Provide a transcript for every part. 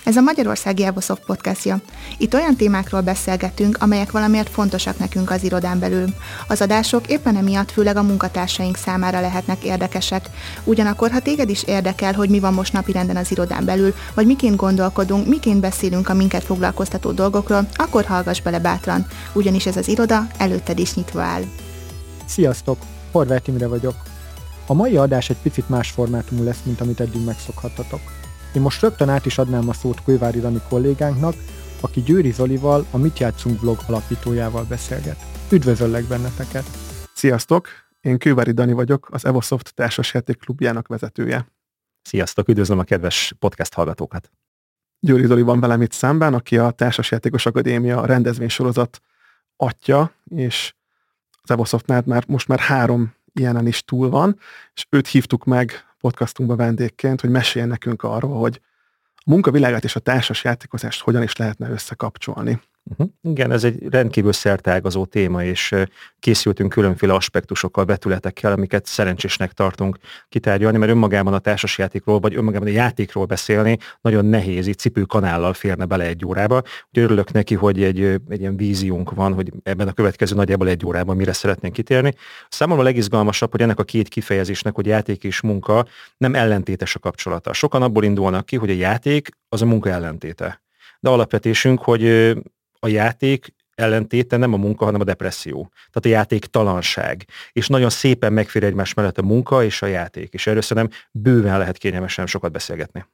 Ez a Magyarországi Evosoft podcastja. Itt olyan témákról beszélgetünk, amelyek valamiért fontosak nekünk az irodán belül. Az adások éppen emiatt főleg a munkatársaink számára lehetnek érdekesek. Ugyanakkor, ha téged is érdekel, hogy mi van most napirenden az irodán belül, vagy miként gondolkodunk, miként beszélünk a minket foglalkoztató dolgokról, akkor hallgass bele bátran, ugyanis ez az iroda előtted is nyitva áll. Sziasztok! Horváth Imre vagyok. A mai adás egy picit más formátumú lesz, mint amit eddig megszokhattatok. Én most rögtön át is adnám a szót Kővári Dani kollégánknak, aki Győri Zolival, a Mit Játszunk blog alapítójával beszélget. Üdvözöllek benneteket! Sziasztok! Én Kővári Dani vagyok, az Evosoft társasjáték klubjának vezetője. Sziasztok! Üdvözlöm a kedves podcast hallgatókat! Győri Zoli van velem itt szemben, aki a Társasjátékos Akadémia rendezvénysorozat atya, és az Evosoftnál most már 3 ilyenen is túl van, és őt hívtuk meg podcastunkba vendégként, hogy meséljen nekünk arról, hogy a munkavilágát és a társasjátékozást hogyan is lehetne összekapcsolni. Igen, ez egy rendkívül szerteágazó téma, és készültünk különféle aspektusokkal, vetületekkel, amiket szerencsésnek tartunk kitárgyalni, mert önmagában a társasjátékról, vagy önmagában a játékról beszélni nagyon nehéz, így cipőkanállal férne bele 1 órába. Úgyhogy örülök neki, hogy egy ilyen víziónk van, hogy ebben a következő nagyjából 1 órában mire szeretnénk kitérni. Számomra a legizgalmasabb, hogy ennek a 2 kifejezésnek, hogy játék és munka nem ellentétes a kapcsolata. Sokan abból indulnak ki, hogy a játék az a munka ellentéte. De alapvetésünk, hogy a játék ellentéte nem a munka, hanem a depresszió. Tehát a játéktalanság. És nagyon szépen megfér egymás mellett a munka és a játék. És erről szerintem bőven lehet kényelmesen sokat beszélgetni.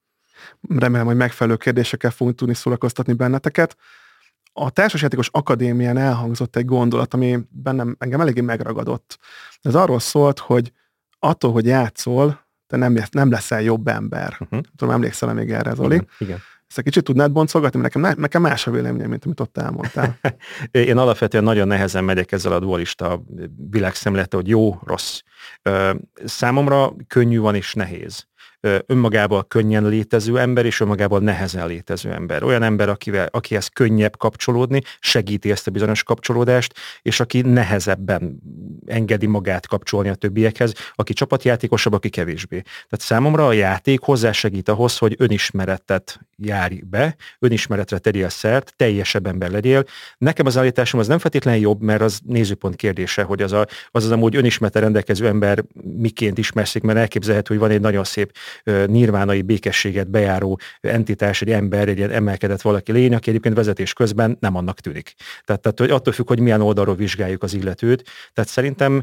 Remélem, hogy megfelelő kérdésekkel fogunk tudni szórakoztatni benneteket. A Társasjátékos Akadémián elhangzott egy gondolat, ami engem eléggé megragadott. Ez arról szólt, hogy attól, hogy játszol, te nem leszel jobb ember. Tudom, emlékszel még erre, Zoli? Igen. Ezt egy kicsit tudnád boncolgatni, mert nekem más a véleményem, mint amit ott elmondtál. Én alapvetően nagyon nehezen megyek ezzel a dualista világszemlélettel, hogy jó, rossz. Számomra könnyű van és nehéz. Önmagában könnyen létező ember, és önmagában nehezen létező ember. Olyan ember, akihez könnyebb kapcsolódni, segíti ezt a bizonyos kapcsolódást, és aki nehezebben engedi magát kapcsolni a többiekhez, aki csapatjátékosabb, aki kevésbé. Tehát számomra a játék hozzásegít ahhoz, hogy önismeretet járj be, önismeretre tegyél szert, teljesebb ember legyél. Nekem az állításom az nem feltétlenül jobb, mert az nézőpont kérdése, hogy az amúgy önismerete rendelkező ember miként ismerszik, mert elképzelhető, hogy van egy nagyon szép nirvánai békességet bejáró entitás, egy ember, egy ilyen emelkedett valaki lény, aki egyébként vezetés közben nem annak tűnik. Tehát hogy attól függ, hogy milyen oldalról vizsgáljuk az illetőt. Tehát szerintem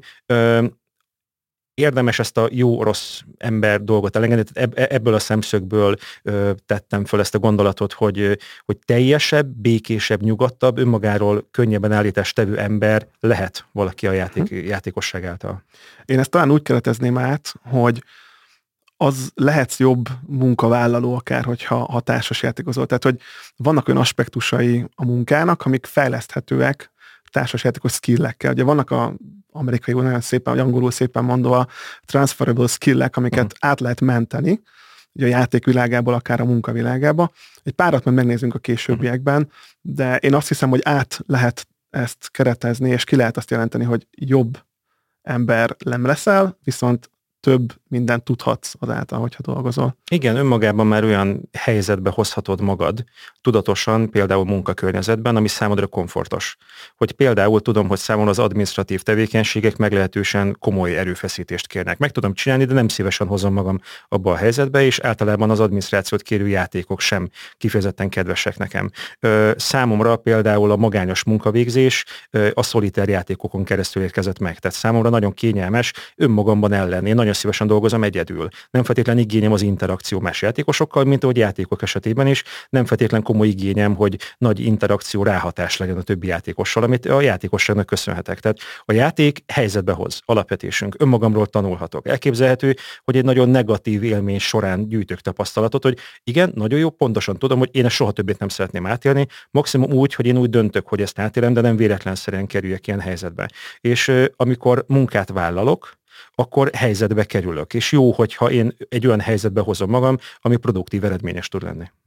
érdemes ezt a jó-rossz ember dolgot elengedni. Ebből a szemszögből tettem föl ezt a gondolatot, hogy teljesebb, békésebb, nyugodtabb, önmagáról könnyebben állítást tevő ember lehet valaki a játékosság által. Én ezt talán úgy keretezném át, hogy az lehetsz jobb munkavállaló akár, hogyha társasjátékozol. Tehát, hogy vannak olyan aspektusai a munkának, amik fejleszthetőek társasjátékos skillekkel. Ugye vannak az amerikai nagyon szépen, vagy angolul szépen mondva transferable skillek, amiket át lehet menteni, ugye a játékvilágából, akár a munkavilágába. Egy párat majd megnézzünk a későbbiekben, de én azt hiszem, hogy át lehet ezt keretezni, és ki lehet azt jelenteni, hogy jobb ember nem leszel, viszont több mindent tudhatsz azáltal, hogyha dolgozol. Igen, önmagában már olyan helyzetbe hozhatod magad, tudatosan, például munkakörnyezetben, ami számodra komfortos. Hogy például tudom, hogy számomra az adminisztratív tevékenységek meglehetősen komoly erőfeszítést kérnek. Meg tudom csinálni, de nem szívesen hozom magam abba a helyzetbe, és általában az adminisztrációt kérő játékok sem kifejezetten kedvesek nekem. Számomra például a magányos munkavégzés a szolitár játékokon keresztül érkezett meg. Tehát számomra nagyon kényelmes önmagamban ellen. Én nagyon szívesen dolgozom egyedül. Nem feltétlenül igényem az interakció más játékosokkal, mint ahogy játékok esetében is. Nem feltétlenül komoly igényem, hogy nagy interakció ráhatás legyen a többi játékossal, amit a játékosságnak köszönhetek. Tehát a játék helyzetbe hoz, alapvetésünk. Önmagamról tanulhatok. Elképzelhető, hogy egy nagyon negatív élmény során gyűjtök tapasztalatot, hogy igen, nagyon jó, pontosan tudom, hogy én ezt soha többet nem szeretném átélni, maximum úgy, hogy én úgy döntök, hogy ezt átélem, de nem véletlenszerűen kerüljek ilyen helyzetbe. És amikor munkát vállalok, akkor helyzetbe kerülök. És jó, hogyha én egy olyan helyzetbe hozom magam, ami produktív, eredményes tud lenni.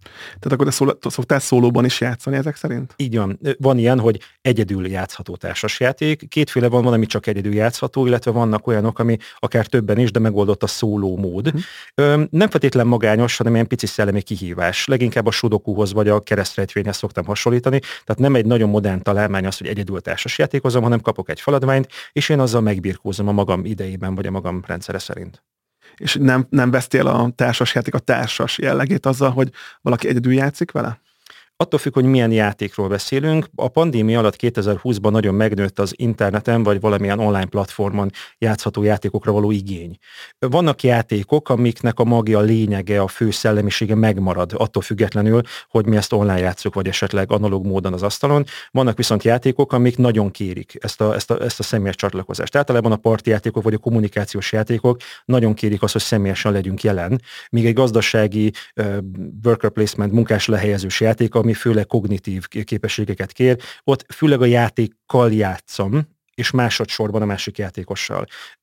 Tehát akkor te szoktál szólóban is játszani ezek szerint? Így van. Van ilyen, hogy egyedül játszható társasjáték. Kétféle van, ami csak egyedül játszható, illetve vannak olyanok, ami akár többen is, de megoldott a szóló mód. Nem feltétlen magányos, hanem ilyen pici szellemi kihívás. Leginkább a sudokuhoz vagy a keresztrejtvényhez szoktam hasonlítani. Tehát nem egy nagyon modern találmány az, hogy egyedül társasjátékozom, hanem kapok egy feladványt, és én azzal megbirkózom a magam idejében, vagy a magam rendszere szerint. És nem veszti el a társasjáték a társas jellegét azzal, hogy valaki egyedül játszik vele? Attól függ, hogy milyen játékról beszélünk. A pandémia alatt 2020-ban nagyon megnőtt az interneten, vagy valamilyen online platformon játszható játékokra való igény. Vannak játékok, amiknek a magja, a lényege, a fő szellemisége megmarad, attól függetlenül, hogy mi ezt online játszunk, vagy esetleg analóg módon az asztalon. Vannak viszont játékok, amik nagyon kérik ezt a személyes csatlakozást. Általában a parti játékok, vagy a kommunikációs játékok nagyon kérik azt, hogy személyesen legyünk jelen, míg egy gazdasági worker placement, munkás lehelyezős játék, ami főleg kognitív képességeket kér, ott főleg a játékkal játszom, és másodszorban a másik játékossal.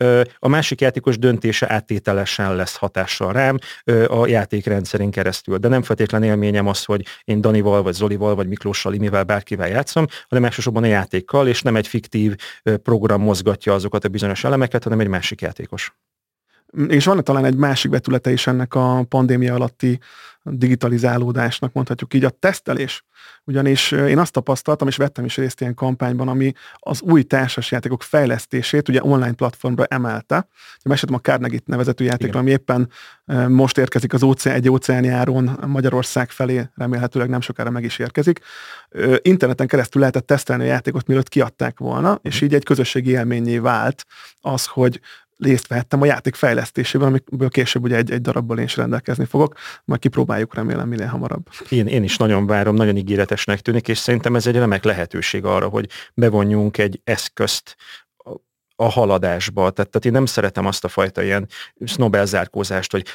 A másik játékos döntése áttételesen lesz hatással rám a játék rendszerén keresztül, de nem feltétlen élményem az, hogy én Danival, vagy Zolival, vagy Miklóssal, Imivel, bárkivel játszom, hanem elsősorban a játékkal, és nem egy fiktív program mozgatja azokat a bizonyos elemeket, hanem egy másik játékos. És van talán egy másik vetülete is ennek a pandémia alatti digitalizálódásnak, mondhatjuk így, a tesztelés. Ugyanis én azt tapasztaltam, és vettem is részt ilyen kampányban, ami az új társasjátékok fejlesztését ugye online platformra emelte. Meséltem a Carnegie-t nevezetű játékra, ami éppen most érkezik egy óceánjáron Magyarország felé, remélhetőleg nem sokára meg is érkezik. Interneten keresztül lehetett tesztelni a játékot, mielőtt kiadták volna, és így egy közösségi élménnyé vált az, hogy részt vehettem a játék fejlesztésében, amiből később ugye egy darabból én is rendelkezni fogok, majd kipróbáljuk, remélem minél hamarabb. Én is nagyon várom, nagyon ígéretesnek tűnik, és szerintem ez egy remek lehetőség arra, hogy bevonjunk egy eszközt a haladásba. Tehát én nem szeretem azt a fajta ilyen sznob elzárkózást, hogy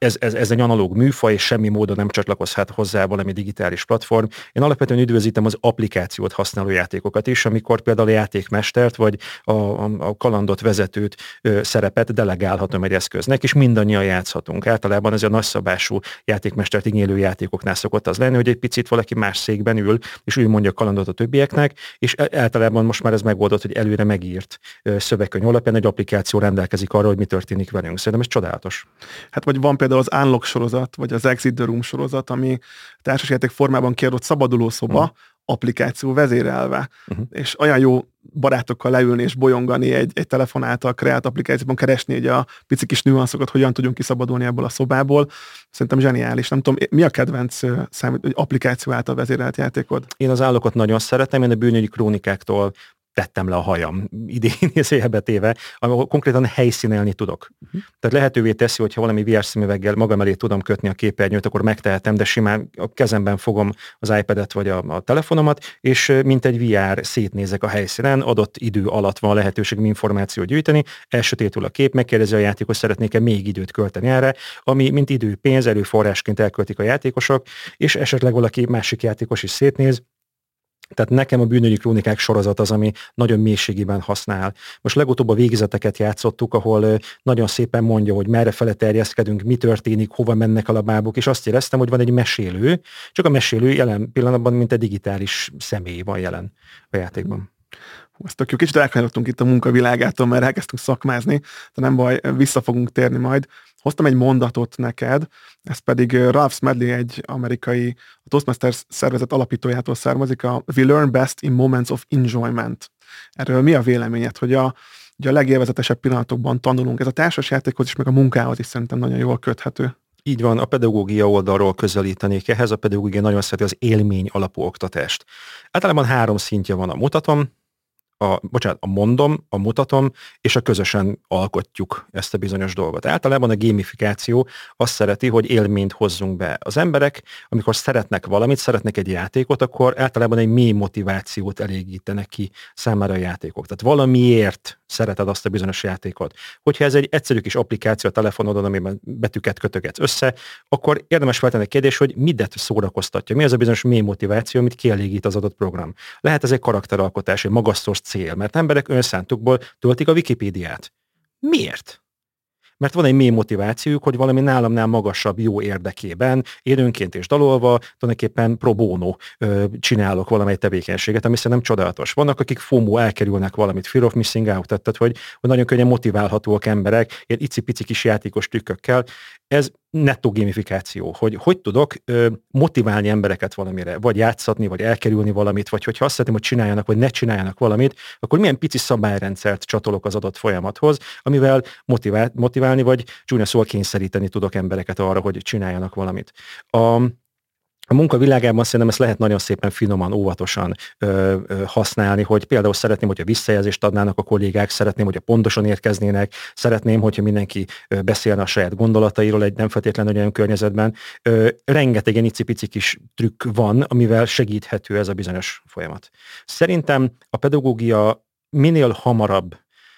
ez egy analóg műfaj, és semmi módon nem csatlakozhat hozzá valami digitális platform. Én alapvetően üdvözítem az applikációt használó játékokat is, amikor például a játékmestert, vagy a kalandot vezetőt szerepet delegálhatom egy eszköznek, és mindannyian játszhatunk. Általában ez a nagyszabású játékmestert igénylő játékoknál szokott az lenni, hogy egy picit valaki más székben ül, és ő mondja a kalandot a többieknek, és általában most már ez megoldott, hogy előre megírt szövegkönyv alapján egy applikáció rendelkezik arra, hogy mi történik velünk. Szerintem ez csodálatos. Hát vagy van például az Unlock sorozat, vagy az Exit the Room sorozat, ami társasjáték formában kiadott szabadulószoba applikáció vezérelve. És olyan jó barátokkal leülni és bolyongani egy telefon által kreált applikációban, keresni egy a pici kis nüanszokat, hogyan tudjunk kiszabadulni ebből a szobából. Szerintem zseniális. Nem tudom, mi a kedvenc applikáció által vezérelt játékod? Én az Unlockot nagyon szeretem, én a Bűnügyi Krónikáktól tettem le a hajam, idén szélbe téve, ahol konkrétan helyszínelni tudok. Tehát lehetővé teszi, hogyha valami VR szemüveggel magam elé tudom kötni a képernyőt, akkor megtehetem, de simán a kezemben fogom az iPad-et vagy a telefonomat, és mint egy VR szétnézek a helyszínen, adott idő alatt van lehetőségem információt gyűjteni, elsötétül a kép, megkérdezi a játékos, szeretnék-e még időt költeni erre, ami mint idő, pénz, erőforrásként elköltik a játékosok, és esetleg valaki másik játékos is szétnéz. Tehát nekem a Bűnügyi Krónikák sorozat az, ami nagyon mélységében használ. Most legutóbb a végzeteket játszottuk, ahol nagyon szépen mondja, hogy merre fele terjeszkedünk, mi történik, hova mennek a labábok, és azt éreztem, hogy van egy mesélő, csak a mesélő jelen pillanatban, mint egy digitális személy van jelen a játékban. Ezt tök jó. Kicsit elkanyarodtunk itt a munkavilágától, mert elkezdtünk szakmázni, de nem baj, vissza fogunk térni majd. Hoztam egy mondatot neked, ez pedig Ralph Smedley, egy amerikai a Toastmasters szervezet alapítójától származik, a We learn best in moments of enjoyment. Erről mi a véleményed, hogy a legélvezetesebb pillanatokban tanulunk? Ez a társasjátékhoz is, meg a munkához is szerintem nagyon jól köthető. Így van, a pedagógia oldalról közelítenék ehhez, a pedagógia nagyon szereti az élmény alapú oktatást. Általában 3 szintje van: a mutatom, a mondom, a mutatom, és a közösen alkotjuk ezt a bizonyos dolgot. Általában a gamifikáció azt szereti, hogy élményt hozzunk be. Az emberek, amikor szeretnek valamit, szeretnek egy játékot, akkor általában egy mély motivációt elégítenek ki számára a játékok. Tehát valamiért szereted azt a bizonyos játékot. Hogyha ez egy egyszerű kis applikáció a telefonodon, amiben betűket kötögetsz össze, akkor érdemes feltenni a kérdés, hogy midet szórakoztatja. Mi az a bizonyos mély motiváció, amit kielégít az adott program. Lehet ez egy karakteralkotás, egy magasztos cél, mert emberek önszántukból töltik a Wikipédiát. Miért? mert van egy mély motivációjuk, hogy valami nálamnál magasabb jó érdekében, élőnként és dalolva, tulajdonképpen pro bono csinálok valamely tevékenységet, ami szerintem csodálatos. Vannak, akik FOMO elkerülnek valamit, fear of missing out, tehát hogy nagyon könnyen motiválhatóak emberek, ilyen icipici kis játékos trükkökkel. Ez nettó gamifikáció, hogy tudok motiválni embereket valamire, vagy játszatni, vagy elkerülni valamit, vagy hogyha azt szeretném, hogy csináljanak, vagy ne csináljanak valamit, akkor milyen pici szabályrendszert csatolok az adott folyamathoz, amivel motiválni, vagy csúnya szóval kényszeríteni tudok embereket arra, hogy csináljanak valamit. A munkavilágában szerintem ezt lehet nagyon szépen finoman, óvatosan használni, hogy például szeretném, hogyha visszajelzést adnának a kollégák, szeretném, hogyha pontosan érkeznének, szeretném, hogyha mindenki beszélne a saját gondolatairól egy nem feltétlenül olyan környezetben. Rengeteg ilyen icipici kis trükk van, amivel segíthető ez a bizonyos folyamat. Szerintem a pedagógia minél hamarabb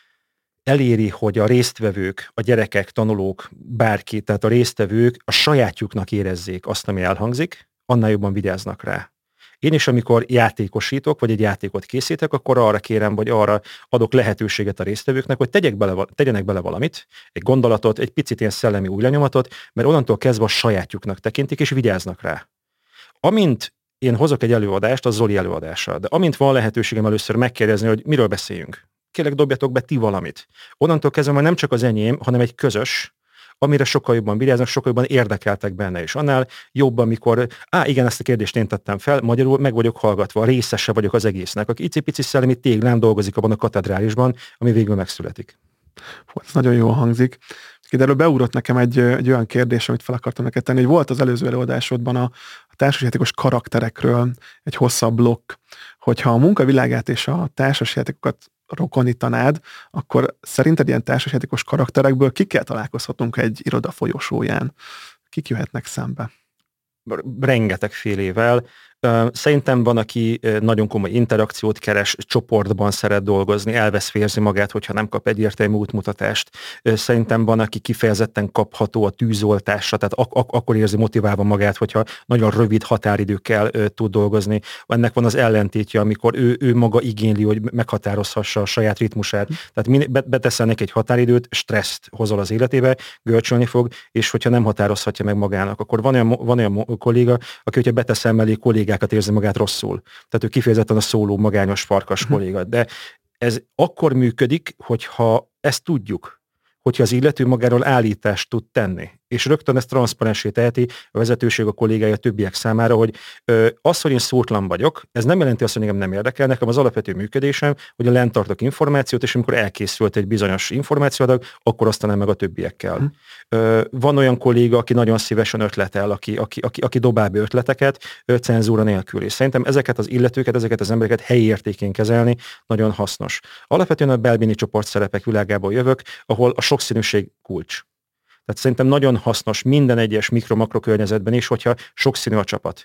eléri, hogy a résztvevők, a gyerekek, tanulók, bárki, tehát a résztvevők a sajátjuknak érezzék azt, ami elhangzik, annál jobban vigyáznak rá. Én is, amikor játékosítok, vagy egy játékot készítek, akkor arra kérem, vagy arra adok lehetőséget a résztvevőknek, hogy tegyenek bele valamit, egy gondolatot, egy picit ilyen szellemi új lenyomatot, mert onnantól kezdve a sajátjuknak tekintik, és vigyáznak rá. Amint én hozok egy előadást, az Zoli előadása, de amint van lehetőségem először megkérdezni, hogy miről beszéljünk, kérlek dobjatok be ti valamit. Onnantól kezdve már nem csak az enyém, hanem egy közös, amire sokkal jobban vigyáznak, sokkal jobban érdekeltek benne, és annál jobb, amikor, igen, ezt a kérdést én tettem fel, magyarul meg vagyok hallgatva, részese vagyok az egésznek, aki icipici szellemi téglán dolgozik abban a katedrálisban, ami végül megszületik. Ez nagyon jól hangzik. Erről beugrott nekem egy olyan kérdés, amit fel akartam neked tenni, hogy volt az előző előadásodban a társasjátékos karakterekről egy hosszabb blokk, hogyha a munkavilágát és a társasjátékokat rokonítanád, akkor szerinted ilyen társasjátékos karakterekből kikkel találkozhatunk egy iroda folyosóján? Kik jöhetnek szembe? Rengetegfélével. Szerintem van, aki nagyon komoly interakciót keres, csoportban szeret dolgozni, elveszvérzi magát, hogyha nem kap egyértelmű útmutatást. Szerintem van, aki kifejezetten kapható a tűzoltásra, tehát akkor érzi motiválva magát, hogyha nagyon rövid határidőkkel tud dolgozni. Ennek van az ellentétje, amikor ő maga igényli, hogy meghatározhassa a saját ritmusát. Tehát beteszel neki egy határidőt, stresszt hozol az életébe, görcsölni fog, és hogyha nem határozhatja meg magának, akkor van olyan kolléga, aki, hogyha beteszel mellé kollégákat, érzi magát rosszul. Tehát ő kifejezetten a szóló, magányos, farkas kolléga. De ez akkor működik, hogyha ezt tudjuk, hogyha az illető magáról állítást tud tenni. És rögtön ezt transzparensé teheti a vezetőség, a kollégája, a többiek számára, hogy az, hogy én szótlan vagyok, ez nem jelenti azt, hogy engem nem érdekel, nekem az alapvető működésem, hogy a lent tartok információt, és amikor elkészült egy bizonyos információadag, akkor osztanám meg a többiekkel. Van olyan kolléga, aki nagyon szívesen ötletel, aki dobál be ötleteket cenzúra nélkül. És szerintem ezeket az illetőket, ezeket az embereket helyi értékén kezelni nagyon hasznos. Alapvetően a belbini csoportszerepek világából jövök, ahol a sokszínűség kulcs. Tehát szerintem nagyon hasznos minden egyes mikro-makro környezetben is, hogyha sokszínű a csapat.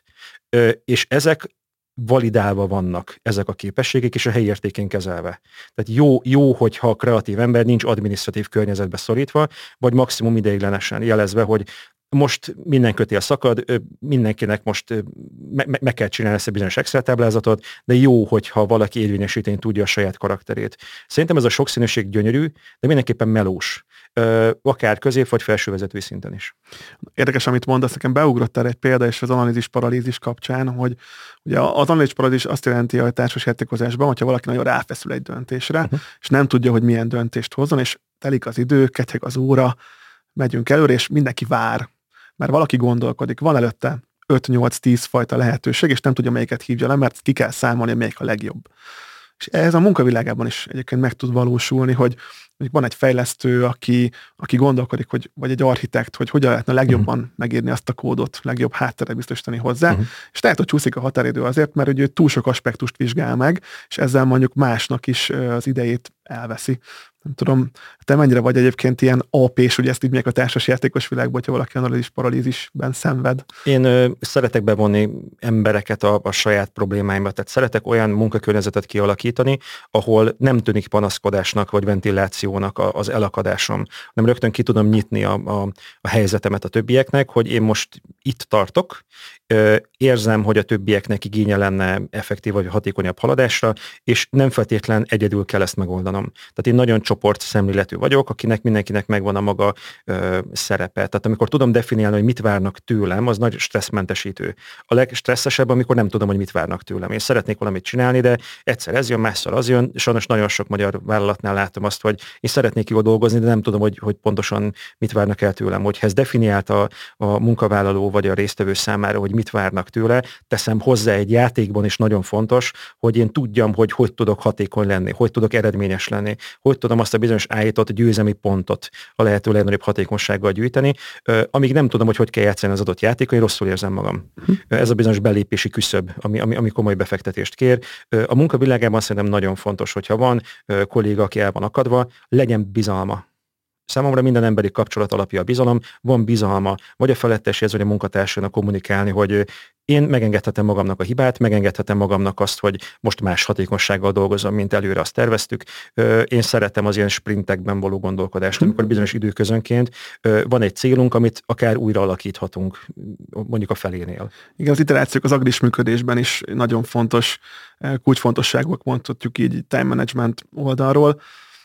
És ezek validálva vannak, ezek a képességek, és a helyi értékén kezelve. Tehát jó, hogyha a kreatív ember nincs adminisztratív környezetbe szorítva, vagy maximum ideiglenesen jelezve, hogy most minden kötél szakad, mindenkinek most meg kell csinálni ezt a bizonyos Excel táblázatot, de jó, hogyha valaki érvényesíteni tudja a saját karakterét. Szerintem ez a sokszínűség gyönyörű, de mindenképpen melós. Akár közép vagy felsővezetői szinten is. Érdekes, amit mondasz, nekem beugrott erre egy példa, és az analízis-paralízis kapcsán, hogy ugye az analízis-paralízis azt jelenti a társasjátékozásban, hogyha valaki nagyon ráfeszül egy döntésre, és nem tudja, hogy milyen döntést hozzon, és telik az idő, ketyeg az óra, megyünk előre, és mindenki vár, mert valaki gondolkodik, van előtte 5-8-10 fajta lehetőség, és nem tudja, melyiket hívja le, mert ki kell számolni, melyik a legjobb. És ez a munkavilágában is egyébként meg tud valósulni, hogy van egy fejlesztő, aki gondolkodik, vagy egy architekt, hogy hogyan lehetne legjobban megírni azt a kódot, legjobb hátteret biztosítani hozzá, és lehet, hogy csúszik a határidő azért, mert ugye túl sok aspektust vizsgál meg, és ezzel mondjuk másnak is az idejét elveszi. Nem tudom, te mennyire vagy egyébként ilyen AP-s, ugye ezt így a társasjátékos világban, hogyha valaki analízis-paralízisben szenved? Én szeretek bevonni embereket a saját problémáimba, tehát szeretek olyan munkakörnyezetet kialakítani, ahol nem tűnik panaszkodásnak vagy ventilációnak az elakadásom, hanem rögtön ki tudom nyitni a helyzetemet a többieknek, hogy én most itt tartok, érzem, hogy a többieknek igénye lenne effektív vagy hatékonyabb haladásra, és nem feltétlen egyedül kell ezt megoldanom. Tehát én nagyon csoportszemléletű vagyok, akinek mindenkinek megvan a maga szerepe. Tehát amikor tudom definiálni, hogy mit várnak tőlem, az nagy stresszmentesítő. A legstresszesebb, amikor nem tudom, hogy mit várnak tőlem. Én szeretnék valamit csinálni, de egyszer ez jön, másszor az jön. Sajnos nagyon sok magyar vállalatnál látom azt, hogy én szeretnék jól dolgozni, de nem tudom, hogy pontosan mit várnak el tőlem. Hogyha ez definiált a munkavállaló vagy a résztvevő számára, hogy mit várnak tőle, teszem hozzá egy játékban is nagyon fontos, hogy én tudjam, hogy tudok hatékony lenni, hogy tudok eredményes lenni, hogy tudom azt a bizonyos állított győzelmi pontot a lehető legnagyobb hatékonysággal gyűjteni. Amíg nem tudom, hogy kell játszani az adott játékon, én rosszul érzem magam. Ez a bizonyos belépési küszöb, ami komoly befektetést kér. A munkavilágában szerintem nagyon fontos, hogyha van kolléga, aki el van akadva, legyen bizalma. Számomra minden emberi kapcsolat alapja a bizalom, van bizalma, vagy a feletteséhez, vagy a munkatársának kommunikálni, hogy én megengedhetem magamnak a hibát, megengedhetem magamnak azt, hogy most más hatékonysággal dolgozom, mint előre azt terveztük. Én szeretem az ilyen sprintekben való gondolkodást, amikor bizonyos időközönként van egy célunk, amit akár újra alakíthatunk, mondjuk a felénél. Igen, az iterációk az agilis működésben is nagyon fontos, kulcsfontosságok, mondhatjuk így time management oldalról.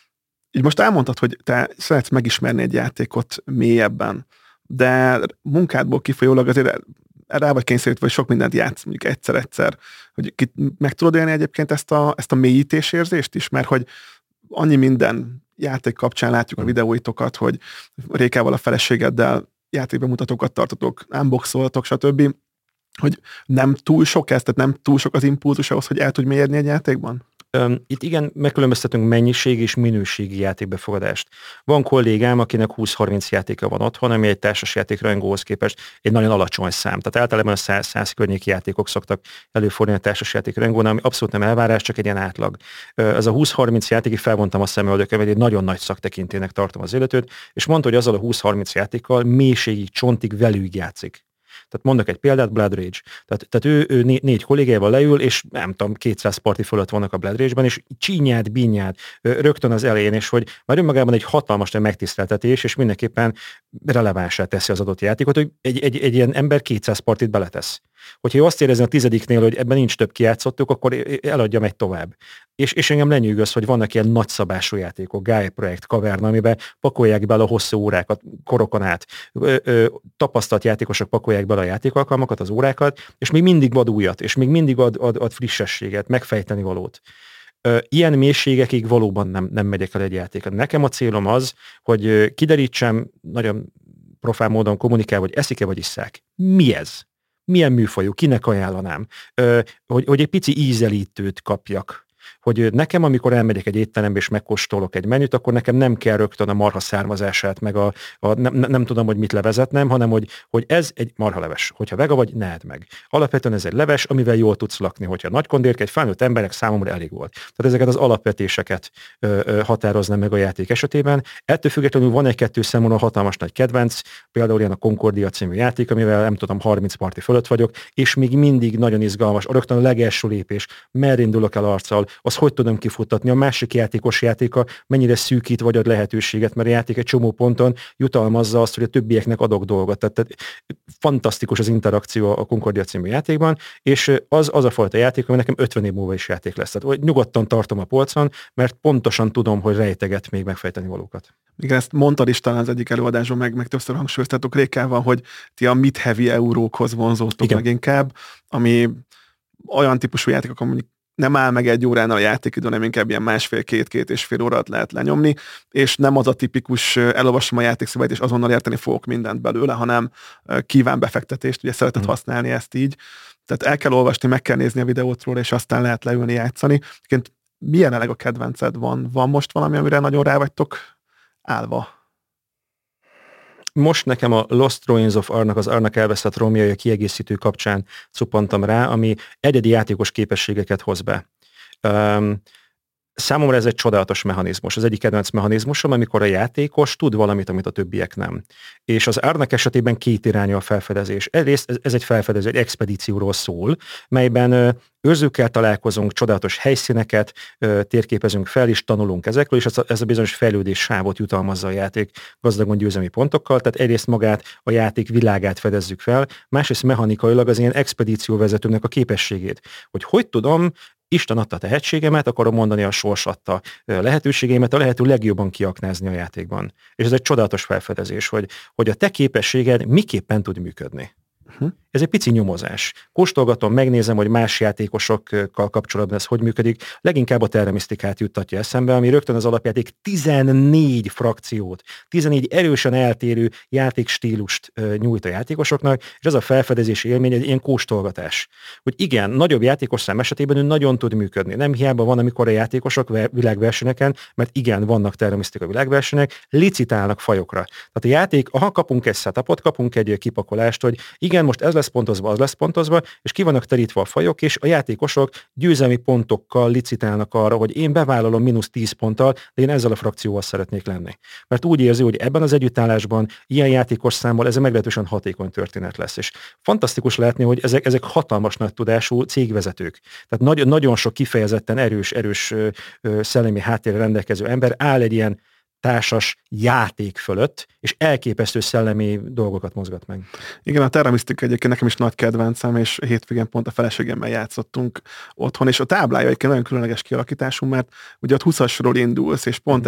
Így most elmondtad, hogy te szeretsz megismerni egy játékot mélyebben, de munkádból kifolyólag azért rá vagy kényszerítve, hogy sok mindent játsz, mondjuk egyszer-egyszer, hogy meg tudod élni egyébként ezt a mélyítésérzést is, mert hogy annyi minden játék kapcsán látjuk a videóitokat, hogy Rékával, a feleségeddel játékbemutatókat tartotok, unboxoltok, stb., hogy nem túl sok ez, tehát nem túl sok az impulzus ahhoz, hogy el tudj mélyedni egy játékban? Itt igen, megkülönböztetünk mennyiség és minőségi játékbefogadást. Van kollégám, akinek 20-30 játéka van otthon, ami egy társasjáték rajongóhoz képest egy nagyon alacsony szám. Tehát általában a 100 környéki játékok szoktak előfordulni a társasjáték rajongónál, ami abszolút nem elvárás, csak egy ilyen átlag. Ez a 20-30 játékig felvontam a szemöldökömet, egy nagyon nagy szaktekintének tartom az életőt, és mondta, hogy azzal a 20-30 játékkal mélységig, csontig velük játszik. Tehát mondok egy példát, Blood Rage. Tehát ő 4 kollégájával leül, és nem tudom, 200 parti fölött vannak a Blood Rage-ben, és csínyát, bínyát rögtön az elején, és hogy már önmagában egy hatalmas megtiszteltetés, és mindenképpen relevánsá teszi az adott játékot, hogy egy ilyen ember 200 partit beletesz. Hogyha ő azt érezni a 10-nél, hogy ebben nincs több kijátszottuk, akkor eladja, megy tovább. És engem lenyűgöz, hogy vannak ilyen nagyszabású játékok, Gaia projekt, Kaverna, amiben pakolják bele a hosszú órákat, korokon át. Tapasztalt játékosok pakolják bele a játékalkalmakat, az órákat, és még mindig ad újat, és még mindig ad frissességet, megfejteni valót. Ilyen mélységekig valóban nem megyek el egy játékot. Nekem a célom az, hogy kiderítsem, nagyon profán módon kommunikál, hogy eszik-e vagy isszák. Mi ez? Milyen műfajú, kinek ajánlanám, hogy egy pici ízelítőt kapjak. Hogy nekem, amikor elmegyek egy étterembe és megkóstolok egy menüt, akkor nekem nem kell rögtön a marha származását, meg nem tudom, hogy mit levezetnem, hanem hogy ez egy marhaleves. Hogyha vega vagy, ne edd meg. Alapvetően ez egy leves, amivel jól tudsz lakni. Hogyha nagy kondérke, egy felnőtt emberek számomra elég volt. Tehát ezeket az alapvetéseket határoznám meg a játék esetében. Ettől függetlenül van egy-kettő számomra hatalmas nagy kedvenc, például ilyen a Concordia című játék, amivel nem tudom, 30 parti fölött vagyok, és még mindig nagyon izgalmas. Rögtön a legelső lépés, merre indulok el arccal, az hogy tudom kifuttatni, a másik játékos játéka mennyire szűkít vagy ad lehetőséget, mert a játék egy csomó ponton jutalmazza azt, hogy a többieknek adok dolgot. Tehát fantasztikus az interakció a Concordia című játékban, és az a fajta játék, ami nekem 50 év múlva is játék lesz. Tehát nyugodtan tartom a polcon, mert pontosan tudom, hogy rejteget még megfejteni valókat. Igen, ezt mondtad is talán az egyik előadáson, meg többször hangsúlyoztatok Rékával, hogy ti a mid-heavy eurókhoz vonzódtok meg inkább, ami olyan típusú játékok, mondjuk nem áll meg egy óránál a játékidő, nem inkább ilyen 1,5-2,5 órát lehet lenyomni, és nem az a tipikus elolvasom a játékszabályt, és azonnal érteni fogok mindent belőle, hanem kíván befektetést, ugye szeretett használni ezt így. Tehát el kell olvasni, meg kell nézni a videót róla, és aztán lehet leülni játszani. Egyébként milyen jelenleg a kedvenced van? Van most valami, amire nagyon rá vagytok állva? Most nekem a Lost Ruins of Arnak, az Arnak elveszett romjai a kiegészítő kapcsán cuppantam rá, ami egyedi játékos képességeket hoz be. Számomra ez egy csodálatos mechanizmus. Az egyik kedvenc mechanizmusom, amikor a játékos tud valamit, amit a többiek nem. És az Árnak esetében két irányú a felfedezés. Egyrészt ez egy felfedező, egy expedícióról szól, melyben őrzőkkel találkozunk, csodálatos helyszíneket térképezünk fel, és tanulunk ezekről, és ez a bizonyos fejlődés sávot jutalmazza a játék gazdagon győzelmi pontokkal. Tehát egyrészt magát a játék világát fedezzük fel, másrészt mechanikailag az ilyen expedícióvezetőnek a képességét, hogy tudom, Isten adta a tehetségemet, akarom mondani, a sors adta lehetőségeimet a lehető legjobban kiaknázni a játékban. És ez egy csodálatos felfedezés, hogy a te képességed miképpen tud működni. Ez egy pici nyomozás. Kóstolgatom, megnézem, hogy más játékosokkal kapcsolatban ez hogy működik. Leginkább a terramisztikát juttatja eszembe, ami rögtön az alapjáték 14 frakciót, 14 erősen eltérő játékstílust nyújt a játékosoknak, és ez a felfedezési élmény egy ilyen kóstolgatás. Hogy igen, nagyobb játékos szám esetében ő nagyon tud működni. Nem hiába van, amikor a játékosok világversenyeken, mert igen, vannak terramisztika világversenyek, licitálnak fajokra. Tehát a játék, kapunk egy setupot, kapunk egy kipakolást, hogy igen, most ez lesz pontozva, az lesz pontozva, és ki vannak terítve a fajok, és a játékosok győzelmi pontokkal licitálnak arra, hogy én bevállalom -10 ponttal, de én ezzel a frakcióval szeretnék lenni. Mert úgy érzi, hogy ebben az együttállásban ilyen játékos számmal ez egy meglehetősen hatékony történet lesz. És fantasztikus látni, hogy ezek hatalmas nagy tudású cégvezetők. Tehát nagyon sok kifejezetten erős szellemi háttérrel rendelkező ember áll egy ilyen társas játék fölött, és elképesztő szellemi dolgokat mozgat meg. Igen, a terramisztika egyébként nekem is nagy kedvencem, és hétvégén pont a feleségemmel játszottunk otthon, és a táblája egyébként nagyon különleges kialakítású, mert ugye ott 20-asról indulsz, és pont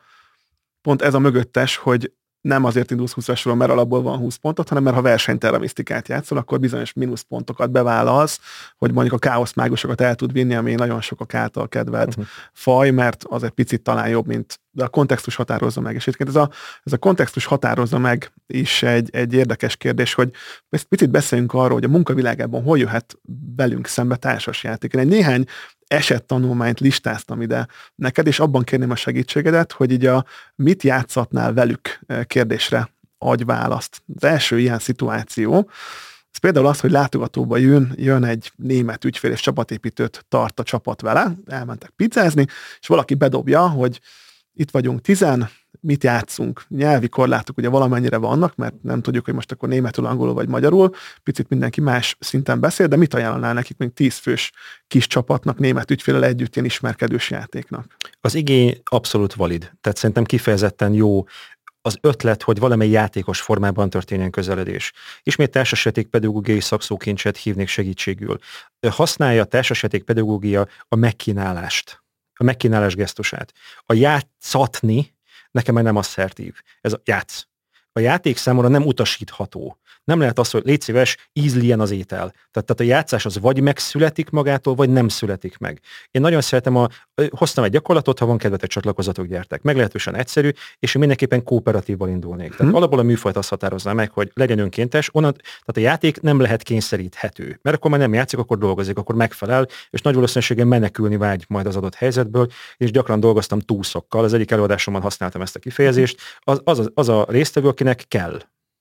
ez a mögöttes, hogy nem azért indulsz 20-asról, mert alapból van 20 pontot, hanem mert ha versenyterramisztikát játszol, akkor bizonyos mínuszpontokat bevállalsz, hogy mondjuk a káoszmágusokat el tud vinni, ami nagyon sokak által kedvelt faj, mert az egy picit talán jobb, de a kontextus határozza meg. És egyébként ez a kontextus határozza meg is egy érdekes kérdés, hogy ezt picit beszéljünk arról, hogy a munkavilágában hol jöhet velünk szembe társasjáték. Én egy néhány esettanulmányt listáztam ide neked, és abban kérném a segítségedet, hogy így mit játszatnál velük kérdésre adj választ. Az első ilyen szituáció, ez például az, hogy látogatóba jön egy német ügyfél, és csapatépítőt tart a csapat vele, elmentek pizzázni, és valaki bedobja, hogy itt vagyunk 10, mit játszunk? Nyelvi korlátok ugye valamennyire vannak, mert nem tudjuk, hogy most akkor németül, angolul vagy magyarul, picit mindenki más szinten beszél, de mit ajánlanál nekik még 10 fős kis csapatnak, német ügyféllel együtt ilyen ismerkedős játéknak? Az igény abszolút valid, tehát szerintem kifejezetten jó az ötlet, hogy valamely játékos formában történjen közeledés. Ismét társasjáték pedagógiai szakszókincset hívnék segítségül. Használja a társasjáték pedagógia a megkínálást, a megkínálás gesztusát. A játszatni nekem már nem asszertív. Ez a játsz. A játék számomra nem utasítható. Nem lehet az, hogy légy szíves, ízljen az étel. Tehát a játszás az vagy megszületik magától, vagy nem születik meg. Én nagyon szeretem, hoztam egy gyakorlatot, ha van kedvetek, csatlakozatok, gyertek. Meglehetősen egyszerű, és én mindenképpen kooperatívval indulnék. Tehát alapból a műfajt azt határozná meg, hogy legyen önkéntes, tehát a játék nem lehet kényszeríthető. Mert akkor már nem játszik, akkor dolgozik, akkor megfelel, és nagy valószínűséggel menekülni vágy majd az adott helyzetből, és gyakran dolgoztam túszokkal. Az egyik előadásomban használtam ezt a kifejezést. Az a résztvevő, akinek kell.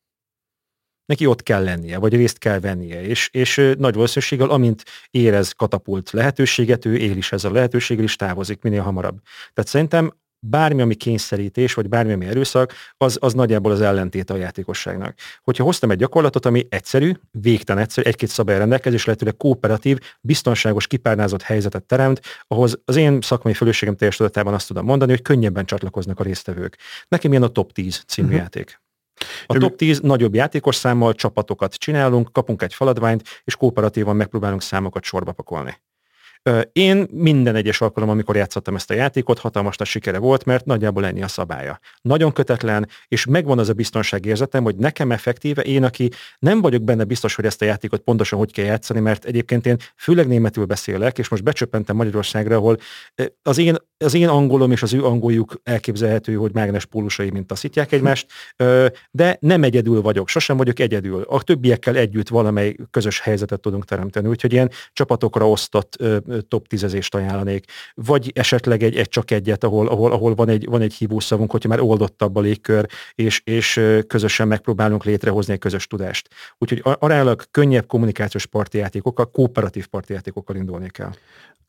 Neki ott kell lennie, vagy részt kell vennie, és nagy valószínűséggel, amint érez katapult lehetőséget, ő él is ezzel a lehetőséggel, is távozik minél hamarabb. Tehát szerintem bármi, ami kényszerítés, vagy bármi, ami erőszak, az nagyjából az ellentét a játékosságnak. Hogyha hoztam egy gyakorlatot, ami egyszerű, végtelen egyszerű, egy-két szabály rendelkezés, lehetőleg kooperatív, biztonságos, kipárnázott helyzetet teremt, ahhoz az én szakmai felelősségem teljes tudatában azt tudom mondani, hogy könnyebben csatlakoznak a résztvevők. Nekem ilyen a Top 10 című játék. A Top 10 nagyobb játékos számmal csapatokat csinálunk, kapunk egy feladványt, és kooperatívan megpróbálunk számokat sorba pakolni. Én minden egyes alkalom, amikor játszottam ezt a játékot, hatalmas nagy sikere volt, mert nagyjából ennyi a szabálya. Nagyon kötetlen, és megvan az a biztonságérzetem, hogy nekem effektíve, én, aki nem vagyok benne biztos, hogy ezt a játékot pontosan hogy kell játszani, mert egyébként én főleg németül beszélek, és most becsöppentem Magyarországra, ahol az én angolom és az ő angoljuk elképzelhető, hogy mágnes pólusai, mint taszítják egymást, de nem egyedül vagyok, sosem vagyok egyedül. A többiekkel együtt valamely közös helyzetet tudunk teremteni, úgyhogy ilyen csapatokra osztott top 10-ezést ajánlanék. Vagy esetleg egy csak egyet, ahol van egy hívószavunk, hogyha már oldottabb a légkör, és közösen megpróbálunk létrehozni egy közös tudást. Úgyhogy aránylag könnyebb kommunikációs partijátékokkal, kooperatív partijátékokkal indulni kell.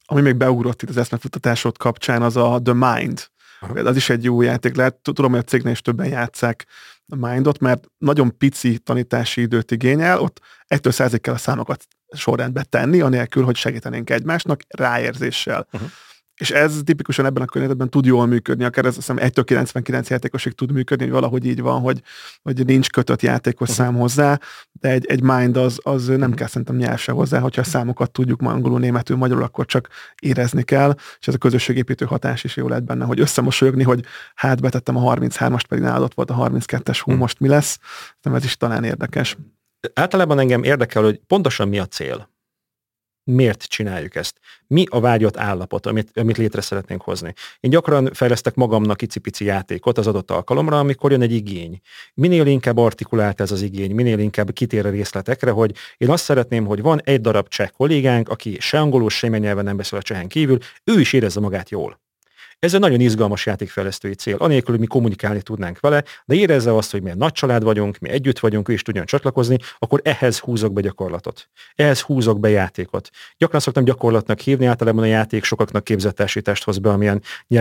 Ami még beugrott itt az eszmefuttatásod kapcsán, az a The Mind. Az is egy jó játék lehet. Tudom, hogy a cégnél is többen játsszák a Mindot, mert nagyon pici tanítási időt igényel, ott 1-től 100-ig kell a számokat sorrendbe tenni, anélkül, hogy segítenénk egymásnak ráérzéssel. És ez tipikusan ebben a környezetben tud jól működni, akár ez azt hiszem 1-től 99 játékosig tud működni, hogy valahogy így van, hogy nincs kötött játékos szám hozzá, de egy Mind az nem kell szerintem nyelv se hozzá, hogyha a számokat tudjuk angolul, németül, magyarul, akkor csak érezni kell, és ez a közösségépítő hatás is jó lehet benne, hogy összemosolyogni, hogy hát betettem a 33-ast, pedig nálad ott volt a 32-es, most mi lesz, ez is talán érdekes. Általában engem érdekel, hogy pontosan mi a cél. Miért csináljuk ezt? Mi a vágyott állapot, amit létre szeretnénk hozni? Én gyakran fejlesztek magamnak icipici játékot az adott alkalomra, amikor jön egy igény. Minél inkább artikulált ez az igény, minél inkább kitér a részletekre, hogy én azt szeretném, hogy van egy darab cseh kollégánk, aki se angolul, semmilyen nyelven nem beszél a csehen kívül, ő is érezze magát jól. Ez egy nagyon izgalmas játékfejlesztői cél, anélkül, hogy mi kommunikálni tudnánk vele, de érezze azt, hogy mi egy nagy család vagyunk, mi együtt vagyunk, ő is tudjon csatlakozni, akkor ehhez húzok be gyakorlatot. Ehhez húzok be játékot. Gyakran szoktam gyakorlatnak hívni, általában a játék sokaknak képzettársítást hoz be, amilyen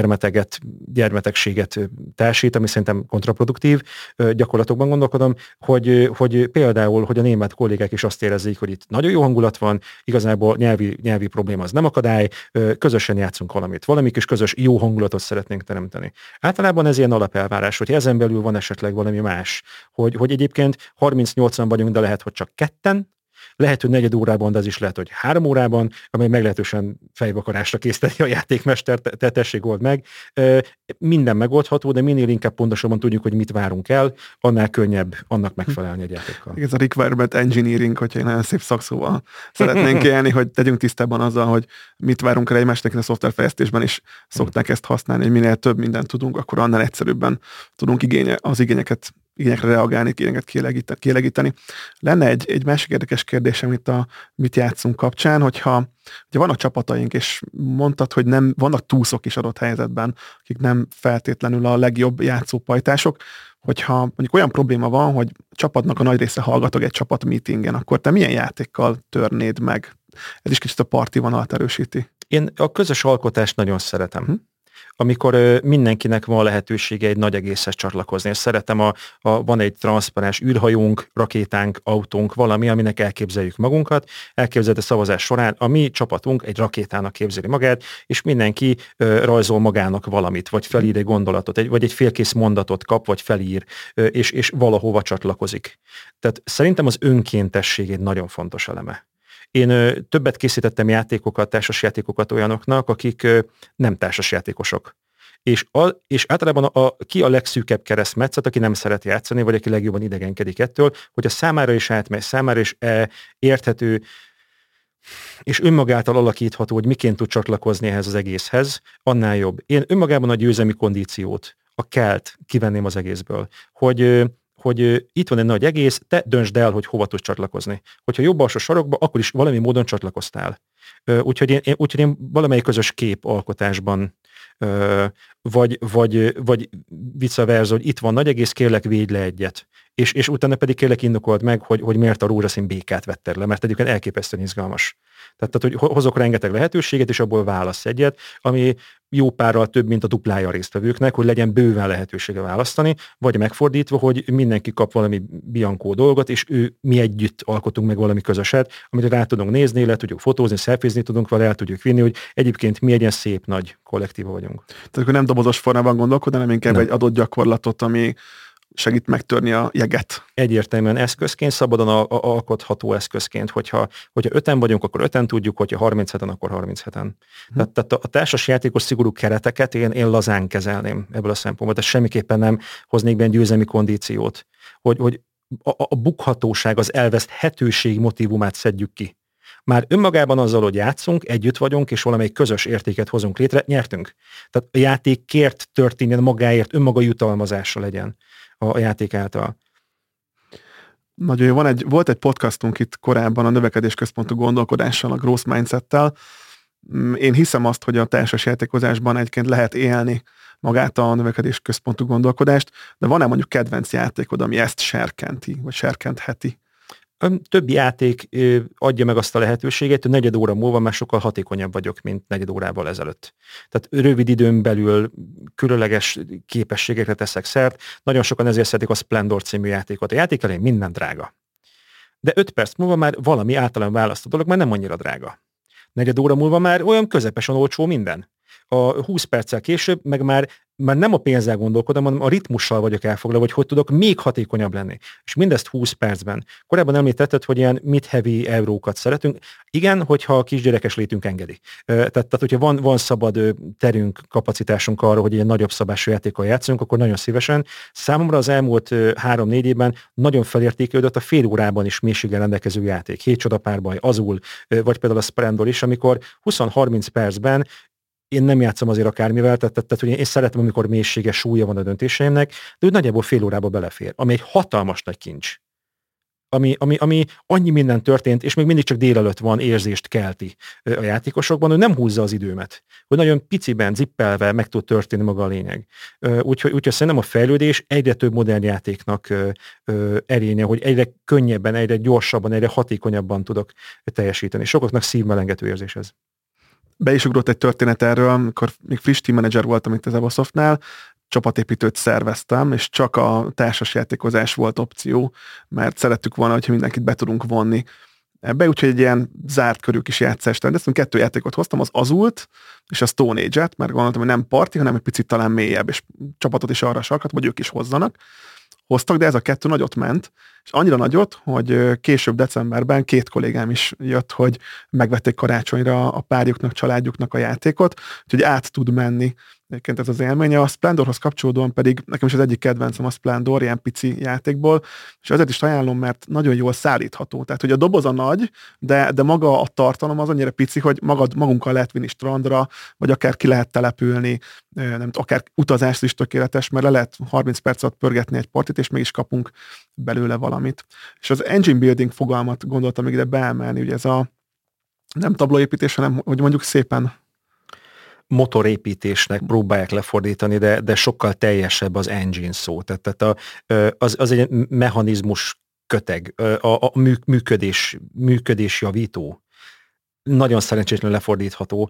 gyermetegséget társít, ami szerintem kontraproduktív. Gyakorlatokban gondolkodom, hogy például, hogy a német kollégák is azt érezzék, hogy itt nagyon jó hangulat van, igazából nyelvi probléma az nem akadály, közösen játszunk valamit. Valami kis közös jó hangulatot szeretnénk teremteni. Általában ez ilyen alapelvárás, hogy ezen belül van esetleg valami más, hogy egyébként 38-an vagyunk, de lehet, hogy csak 2, lehet, hogy 4 órában, de ez is lehet, hogy 3 órában, amely meglehetősen fejvakarásra készteni a játékmester, tessék old meg. Minden megoldható, de minél inkább pontosabban tudjuk, hogy mit várunk el, annál könnyebb annak megfelelni egy játékkal. Ez a requirement engineering, hogyha egy nagyon szép szakszóval szeretnénk élni, hogy tegyünk tisztában azzal, hogy mit várunk el egymásnak, a szoftverfejlesztésben is szokták ezt használni, hogy minél több mindent tudunk, akkor annál egyszerűbben tudunk az igényekre reagálni, igényeket kielégíteni. Lenne egy másik érdekes kérdésem itt a mit játszunk kapcsán, hogyha vannak csapataink, és mondtad, hogy nem vannak túszok is adott helyzetben, akik nem feltétlenül a legjobb játszópajtások, hogyha mondjuk olyan probléma van, hogy csapatnak a nagy része hallgatog egy csapat meetingen, akkor te milyen játékkal törnéd meg? Ez is kicsit a parti vonalat erősíti. Én a közös alkotást nagyon szeretem. Amikor mindenkinek van lehetősége egy nagy egészhez csatlakozni. És szeretem, van egy transzparens űrhajónk, rakétánk, autónk, valami, aminek elképzeljük magunkat. Elképzeld a szavazás során, a mi csapatunk egy rakétának képzeli magát, és mindenki rajzol magának valamit, vagy felír egy gondolatot, vagy egy félkész mondatot kap, vagy felír, és valahova csatlakozik. Tehát szerintem az önkéntesség egy nagyon fontos eleme. Én többet készítettem játékokat, társasjátékokat olyanoknak, akik nem társasjátékosok. És általában ki a legszűkebb keresztmetszet, aki nem szeret játszani, vagy aki legjobban idegenkedik ettől, hogy a számára is átmegy, számára is érthető, és önmagáltal alakítható, hogy miként tud csatlakozni ehhez az egészhez, annál jobb. Én önmagában a győzelmi kondíciót, a kelt kivenném az egészből, hogy itt van egy nagy egész, te döntsd el, hogy hova tudsz csatlakozni. Hogyha jobb alsó sarokba, akkor is valami módon csatlakoztál. Úgyhogy én valamelyik közös képalkotásban, vagy vice versa, hogy itt van nagy egész, kérlek védj le egyet. És utána pedig kérlek indokold meg, hogy miért a rózsaszín békát vetted le, mert egyébként elképesztően izgalmas. Tehát, hogy hozok rengeteg lehetőséget, és abból válasz egyet, ami jó párral több, mint a duplája a résztvevőknek, hogy legyen bőven lehetősége választani, vagy megfordítva, hogy mindenki kap valami biankó dolgot, és mi együtt alkotunk meg valami közöset, amit rá tudunk nézni, le tudjuk fotózni, szelfizni tudunk vele, el tudjuk vinni, hogy egyébként mi egy ilyen szép nagy kollektíva vagyunk. Tehát akkor nem dobozos formában gondolkodni, hanem inkább egy adott gyakorlatot, ami segít megtörni a jeget. Egyértelműen eszközként, szabadon alkotható eszközként, hogyha 5-en vagyunk, akkor 5-en tudjuk, hogyha 37-en, akkor 37-en. Tehát a társas játékos szigorú kereteket én lazán kezelném ebből a szempontból, tehát semmiképpen nem hoznék be győzelmi kondíciót, hogy a bukhatóság, az elveszthetőség motivumát szedjük ki. Már önmagában azzal, hogy játszunk, együtt vagyunk, és valamelyik közös értéket hozunk létre, nyertünk. Tehát a játékért történjen, magáért, önmaga jutalmazása legyen a játék által. Nagyon jó. Volt egy podcastunk itt korábban a növekedésközpontú gondolkodással, a Growth Mindsettel. Én hiszem azt, hogy a társas játékozásban egyébként lehet élni magát a növekedésközpontú gondolkodást, de van-e mondjuk kedvenc játékod, ami ezt serkenti, vagy serkentheti? Többi játék adja meg azt a lehetőséget, hogy negyed óra múlva már sokkal hatékonyabb vagyok, mint negyed órával ezelőtt. Tehát rövid időn belül különleges képességekre teszek szert. Nagyon sokan ezért szeretik a Splendor című játékot. A játék elején minden drága. De 5 perc múlva már valami általán választó dolog már nem annyira drága. Negyed óra múlva már olyan közepesen olcsó minden. A 20 perccel később meg már nem a pénzzel gondolkodom, hanem a ritmussal vagyok elfoglalva, hogy tudok még hatékonyabb lenni. És mindezt 20 percben. Korábban említetted, hogy ilyen mid-heavy eurókat szeretünk. Igen, hogyha a kisgyerekes létünk engedi. Tehát hogyha van szabad terünk, kapacitásunk arra, hogy egy nagyobb szabású játékkal játszunk, akkor nagyon szívesen. Számomra az elmúlt 3-4 évben nagyon felértékelődött a fél órában is mélységgel rendelkező játék. 7 csodapárbaj, Azul, vagy például a Splendor is, amikor 20-30 percben én nem játszom azért akármivel, tehát hogy én szeretem, amikor mélységes súlya van a döntéseimnek, de úgy nagyjából fél órába belefér, ami egy hatalmas nagy kincs. Ami annyi minden történt, és még mindig csak délelőtt van, érzést kelti a játékosokban, hogy nem húzza az időmet. Hogy nagyon piciben, zippelve meg tud történni maga a lényeg. Úgyhogy szerintem a fejlődés egyre több modern játéknak erénye, hogy egyre könnyebben, egyre gyorsabban, egyre hatékonyabban tudok teljesíteni. Sokaknak szívmelengető érzés ez. Be is ugrott egy történet erről, amikor még friss team manager voltam itt az Evosoftnál, csapatépítőt szerveztem, és csak a társasjátékozás volt opció, mert szerettük volna, hogyha mindenkit be tudunk vonni ebbe, úgyhogy egy ilyen zárt körű kis játszást rendeztünk. 2 játékot hoztam, az Azult és a Stone Age-et, mert gondoltam, hogy nem parti, hanem egy picit talán mélyebb, és csapatot is arra sarkat, hogy ők is hozzanak. Hoztak, de ez a 2 nagyot ment, és annyira nagyot, hogy később decemberben 2 kollégám is jött, hogy megvették karácsonyra a párjuknak, családjuknak a játékot, úgyhogy át tud menni egyébként ez az élmény. A Splendorhoz kapcsolódóan pedig nekem is az egyik kedvencem a Splendor, ilyen pici játékból, és azért is ajánlom, mert nagyon jól szállítható. Tehát, hogy a doboz a nagy, de maga a tartalom az annyira pici, hogy magunkkal lehet vinni strandra, vagy akár ki lehet települni, nem, akár utazás is tökéletes, mert le lehet 30 perc alatt pörgetni egy partit, és mégis kapunk belőle valamit. És az engine building fogalmat gondoltam még ide beemelni, ugye ez a nem tablóépítés, hanem hogy mondjuk szépen motorépítésnek próbálják lefordítani, de sokkal teljesebb az engine szó. Tehát az egy mechanizmus köteg, a működés javító. Nagyon szerencsétlenül lefordítható,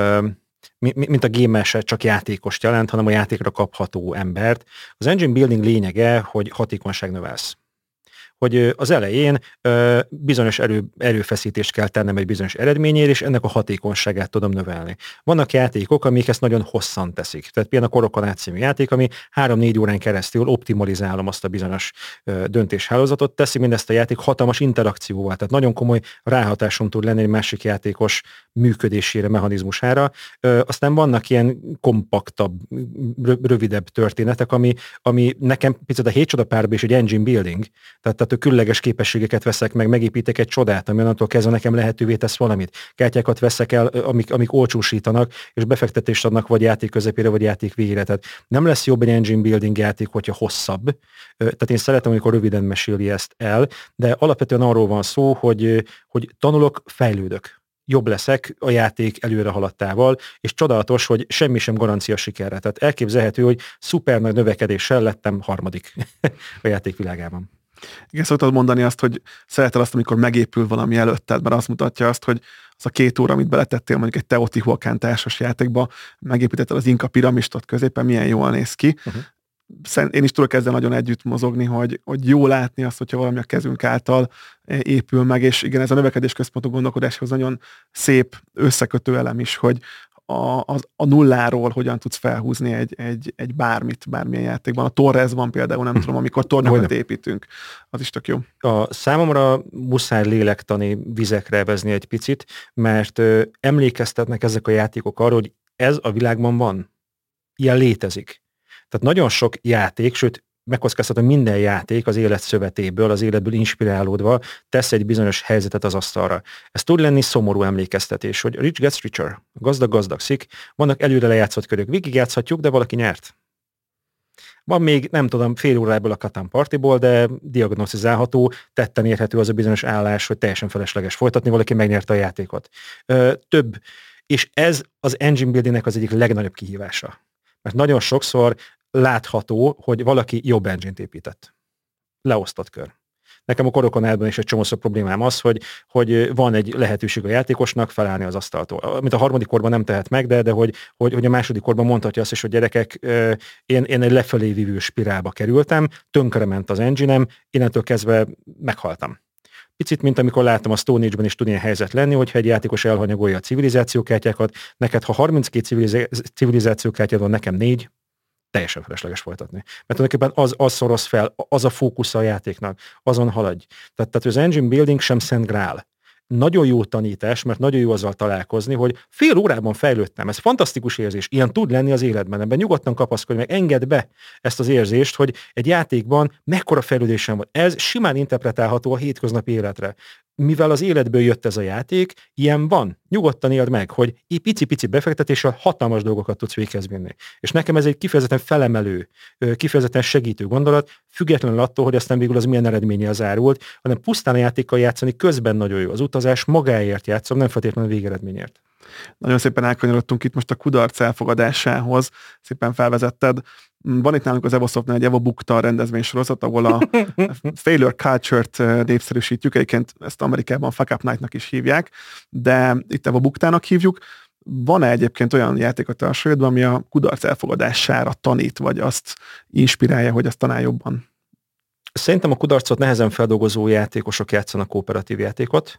mint a gamer se csak játékost jelent, hanem a játékra kapható embert. Az engine building lényege, hogy hatékonyság növelsz. Hogy az elején bizonyos erőfeszítést kell tennem egy bizonyos eredményért, és ennek a hatékonyságát tudom növelni. Vannak játékok, amik ezt nagyon hosszan teszik. Tehát például a Korokanát című játék, ami 3-4 órán keresztül optimalizálom azt a bizonyos döntéshálózatot, teszi mindezt a játék hatalmas interakcióval, tehát nagyon komoly ráhatásom tud lenni egy másik játékos működésére, mechanizmusára. Aztán vannak ilyen kompaktabb, rövidebb történetek, ami nekem picit a 7 csodapárba és egy engine building, tehát a különleges képességeket veszek meg, megépítek egy csodát, ami onnantól kezdve nekem lehetővé tesz valamit. Kártyákat veszek el, amik olcsósítanak, és befektetést adnak vagy játék közepére, vagy játék végére. Tehát nem lesz jobb egy engine building játék, hogyha hosszabb. Tehát én szeretem, amikor röviden meséli ezt el, de alapvetően arról van szó, hogy tanulok, fejlődök. Jobb leszek a játék előre haladtával, és csodálatos, hogy semmi sem garancia sikerre. Tehát elképzelhető, hogy szuper nagy növekedéssel lettem 3. a játék világában. Igen, szoktad mondani azt, hogy szereted azt, amikor megépül valami előtted, mert azt mutatja azt, hogy az a 2 óra, amit beletettél mondjuk egy Teotihuacán társas játékba, megépítetted az Inka piramistot középen, milyen jól néz ki. Én is tudok ezzel nagyon együtt mozogni, hogy jó látni azt, hogyha valami a kezünk által épül meg, és igen, ez a növekedés központú gondolkodáshoz nagyon szép összekötő elem is, hogy a nulláról hogyan tudsz felhúzni egy bármilyen játékban. A Torres van például, nem tudom, amikor tornyokat építünk. Az is tök jó. Számomra muszáj lélektani vizekre vezni egy picit, mert emlékeztetnek ezek a játékok arra, hogy ez a világban van. Ilyen létezik. Tehát nagyon sok játék, sőt, megkockáztatom, minden játék az élet szövetéből, az életből inspirálódva tesz egy bizonyos helyzetet az asztalra. Ez tud lenni szomorú emlékeztetés, hogy rich gets richer, gazdag gazdagszik, vannak előre lejátszott körök, végigjátszhatjuk, de valaki nyert. Van még, nem tudom, fél óra ebből a Catan Partyból, de diagnosztizálható, tetten érhető az a bizonyos állás, hogy teljesen felesleges folytatni, valaki megnyerte a játékot. Több. És ez az engine buildingnek az egyik legnagyobb kihívása. Mert nagyon sokszor látható, hogy valaki jobb engine-t épített. Leosztott kör. Nekem a korokonádban is egy csomószor problémám az, hogy van egy lehetőség a játékosnak felállni az asztaltól. Amit a harmadik korban nem tehet meg, de hogy a második korban mondhatja azt is, hogy gyerekek, én egy lefelé vívő spirálba kerültem, tönkrement az engine-em, innentől kezdve meghaltam. Picit, mint amikor láttam a Stone Age-ben is tud ilyen helyzet lenni, hogyha egy játékos elhanyagolja a civilizációkártyákat, neked ha 32 civilizációkártyád van, nekem 4, teljesen felesleges folytatni. Mert tulajdonképpen az szoroz fel, az a fókusz a játéknak, azon haladj. Tehát az engine building sem szent grál. Nagyon jó tanítás, mert nagyon jó azzal találkozni, hogy fél órában fejlődtem. Ez fantasztikus érzés. Ilyen tud lenni az életben. Ebben nyugodtan kapaszkodj meg, engedd be ezt az érzést, hogy egy játékban mekkora fejlődésem van. Ez simán interpretálható a hétköznapi életre. Mivel az életből jött ez a játék, ilyen van. Nyugodtan éld meg, hogy pici-pici befektetéssel hatalmas dolgokat tudsz véghez vinni. És nekem ez egy kifejezetten felemelő, kifejezetten segítő gondolat, függetlenül attól, hogy aztán végül az milyen eredménye zárult, hanem pusztán a játékkal játszani közben nagyon jó. Az utazás magáért játszom, nem feltétlenül a végeredményért. Nagyon szépen elkanyarodtunk itt most a kudarc elfogadásához, szépen felvezetted. Van itt nálunk az Evosoftnál egy Evo Booktal rendezvénysorozat, ahol a failure culture-t népszerűsítjük, egyébként ezt Amerikában Fuck Up Night-nak is hívják, de itt Evo Booktának hívjuk. Van-e egyébként olyan játék a társadalomban, ami a kudarc elfogadására tanít, vagy azt inspirálja, hogy azt tanál jobban? Szerintem a kudarcot nehezen feldolgozó játékosok játszanak kooperatív játékot,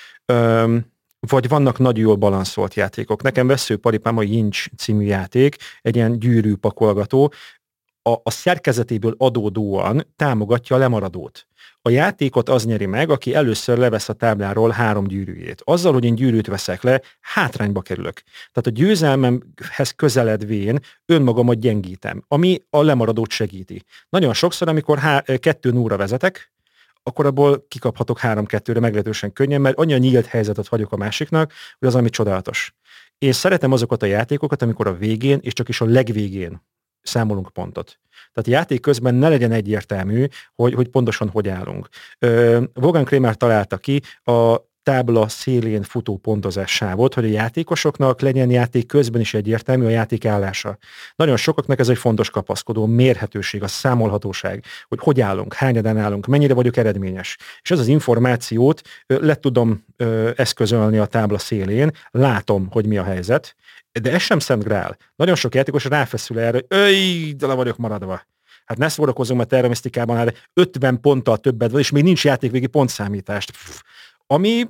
vagy vannak nagyon jól balanszolt játékok. Nekem veszőparipám a Jincs című játék, egy ilyen gyűrű pakolgató, a szerkezetéből adódóan támogatja a lemaradót. A játékot az nyeri meg, aki először levesz a tábláról 3 gyűrűjét. Azzal, hogy én gyűrűt veszek le, hátrányba kerülök. Tehát a győzelmemhez közeledvén önmagamat gyengítem, ami a lemaradót segíti. Nagyon sokszor, amikor 2-0-ra vezetek, akkor abból kikaphatok 3-2-re meglehetősen könnyen, mert annyi nyílt helyzetet hagyok a másiknak, hogy az, ami csodálatos. Én szeretem azokat a játékokat, amikor a végén, és csak is a legvégén számolunk pontot. Tehát játék közben ne legyen egyértelmű, hogy pontosan hogy állunk. Vaughan Kramer találta ki a tábla szélén futó pontozás sávot, hogy a játékosoknak legyen játék közben is egyértelmű a játék állása. Nagyon sokaknak ez egy fontos kapaszkodó, mérhetőség, a számolhatóság, hogy állunk, hányadán állunk, mennyire vagyok eredményes. És ez az információt le tudom eszközölni a tábla szélén, látom, hogy mi a helyzet, de ez sem szent grál. Nagyon sok játékos ráfeszül erre, hogy de le vagyok maradva. Hát ne szórakozzunk, mert terramisztikában 50 ponttal többet van, és még nincs játékvégi pontszámítást. Ami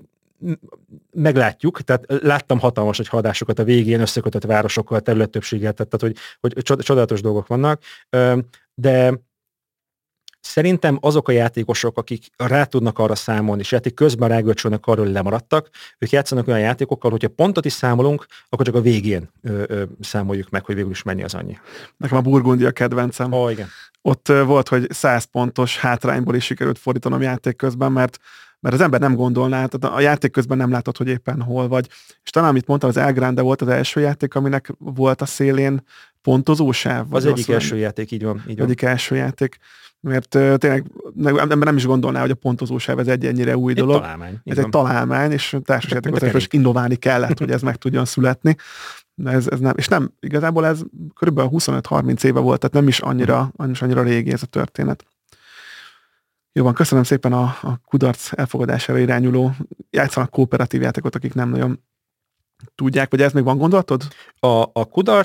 meglátjuk, tehát láttam hatalmas nagy haladásokat a végén, összekötött városokkal, területtöbbséggel, tehát hogy csodálatos dolgok vannak, de szerintem azok a játékosok, akik rá tudnak arra számolni, és játék közben rágölcsölnek arról, hogy lemaradtak, ők játszanak olyan játékokkal, hogyha pontot is számolunk, akkor csak a végén számoljuk meg, hogy végül is mennyi az annyi. Nekem a Burgundia kedvencem. Igen. Ott volt, hogy 100 pontos hátrányból is sikerült fordítanom játék közben, mert az ember nem gondolná, tehát a játék közben nem látod, hogy éppen hol vagy. És talán, amit mondtam, az El Grande volt az első játék, aminek volt a szélén pontozósáv. Az egyik első játék, így van. Egyik első játék. Mert tényleg ember nem is gondolná, hogy a pontozósáv ez egy ennyire új dolog. Találmány. Ez egy találmány, és társasjátékosok is innoválni kellett, hogy ez meg tudjon születni. Ez nem, és nem, igazából ez körülbelül 25-30 éve volt, tehát nem is annyira régi ez a történet. Jó van, köszönöm szépen a kudarc elfogadására irányuló, játszanak kooperatív játékot, akik nem nagyon tudják, vagy ez még van gondolatod? A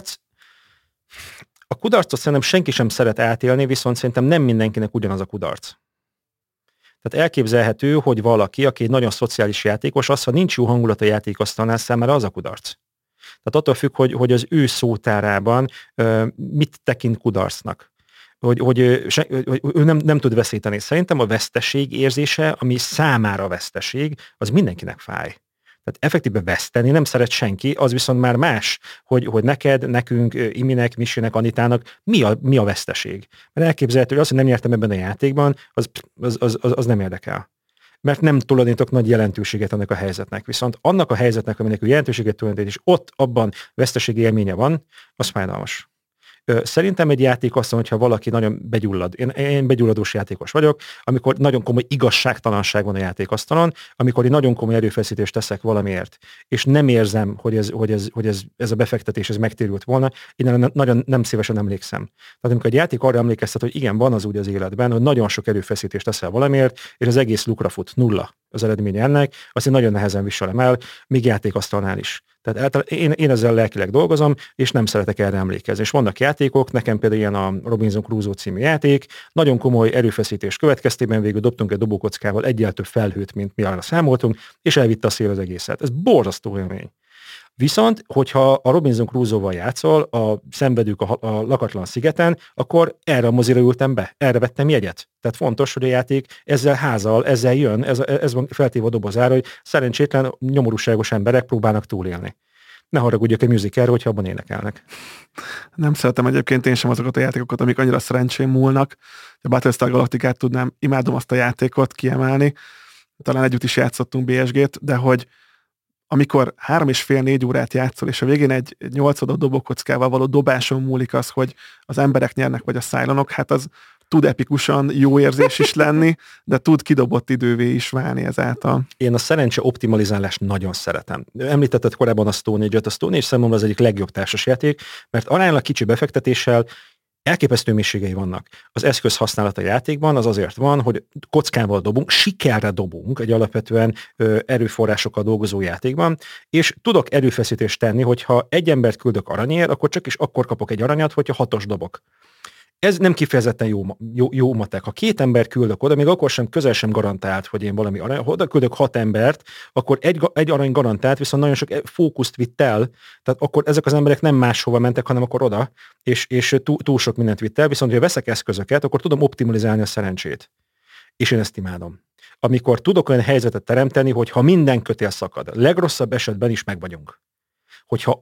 kudarcot szerintem senki sem szeret átélni, viszont szerintem nem mindenkinek ugyanaz a kudarc. Tehát elképzelhető, hogy valaki, aki egy nagyon szociális játékos, az, ha nincs jó hangulat a játékasztalnál, számára az a kudarc. Tehát attól függ, hogy az ő szótárában mit tekint kudarcnak. Hogy ő nem tud veszíteni. Szerintem a veszteség érzése, ami számára veszteség, az mindenkinek fáj. Tehát effektíve veszteni nem szeret senki, az viszont már más, hogy neked, nekünk, Iminek, Misinek, Anitának mi a veszteség. Mert elképzelhető, hogy az, hogy nem nyertem ebben a játékban, az nem érdekel. Mert nem tulajdonítok nagy jelentőséget ennek a helyzetnek. Viszont annak a helyzetnek, aminek ő jelentőséget tulajdonít, és ott abban veszteségi élménye van, az fájdalmas. Szerintem egy játék azt mondja, hogyha valaki nagyon begyullad. Én begyulladós játékos vagyok, amikor nagyon komoly igazságtalanság van a játékasztalon, amikor én nagyon komoly erőfeszítést teszek valamiért, és nem érzem, hogy ez a befektetés ez megtérült volna, én nagyon nem szívesen emlékszem. Tehát amikor egy játék arra emlékeztet, hogy igen, van az úgy az életben, hogy nagyon sok erőfeszítést teszel valamiért, és az egész lukra fut, nulla az eredménye ennek, azt én nagyon nehezen viselem el, még játékasztalnál is. Tehát én ezzel lelkileg dolgozom, és nem szeretek erre emlékezni. És vannak játékok, nekem például ilyen a Robinson Crusoe című játék, nagyon komoly erőfeszítés következtében végül dobtunk egy dobókockával egyel több felhőt, mint mi arra számoltunk, és elvitte a szél az egészet. Ez borzasztó élmény. Viszont, hogyha a Robinson Crusoe-val játszol, a szenvedők a lakatlan szigeten, akkor erre a mozira ültem be, erre vettem jegyet. Tehát fontos, hogy a játék ezzel házal, ezzel jön, ez van feltéve a dobozára, hogy szerencsétlen, nyomorúságos emberek próbálnak túlélni. Ne haragudjak egy musicalre, hogyha abban énekelnek. Nem szeretem egyébként én sem azokat a játékokat, amik annyira szerencsén múlnak. A Battlestar Galacticát tudnám, imádom azt a játékot kiemelni. Talán együtt is játszottunk BSG-t, de hogy amikor 3,5-4 órát játszol, és a végén egy 8 dobókockával való dobáson múlik az, hogy az emberek nyernek, vagy a Cylonok, hát az tud epikusan jó érzés is lenni, de tud kidobott idővé is válni ezáltal. Én a szerencse optimalizálást nagyon szeretem. Említetted korábban a Stone Age-et. A Stone Age számomra az egyik legjobb társasjáték, mert aránylag kicsi befektetéssel elképesztő mélységei vannak. Az eszköz használata játékban az azért van, hogy kockával dobunk, sikerre dobunk egy alapvetően erőforrásokkal dolgozó játékban, és tudok erőfeszítést tenni, hogyha egy embert küldök aranyért, akkor csak is akkor kapok egy aranyat, hogyha 6-os dobok. Ez nem kifejezetten jó matek. Ha 2 ember küldök oda, még akkor sem közel sem garantált, hogy én valami arany, ha oda küldök 6 embert, akkor egy arany garantált, viszont nagyon sok fókuszt vitt el, tehát akkor ezek az emberek nem máshova mentek, hanem akkor oda, és túl sok mindent vitt el, viszont ha veszek eszközöket, akkor tudom optimalizálni a szerencsét. És én ezt imádom. Amikor tudok olyan helyzetet teremteni, hogy ha minden kötél szakad, legrosszabb esetben is meg vagyunk. Hogyha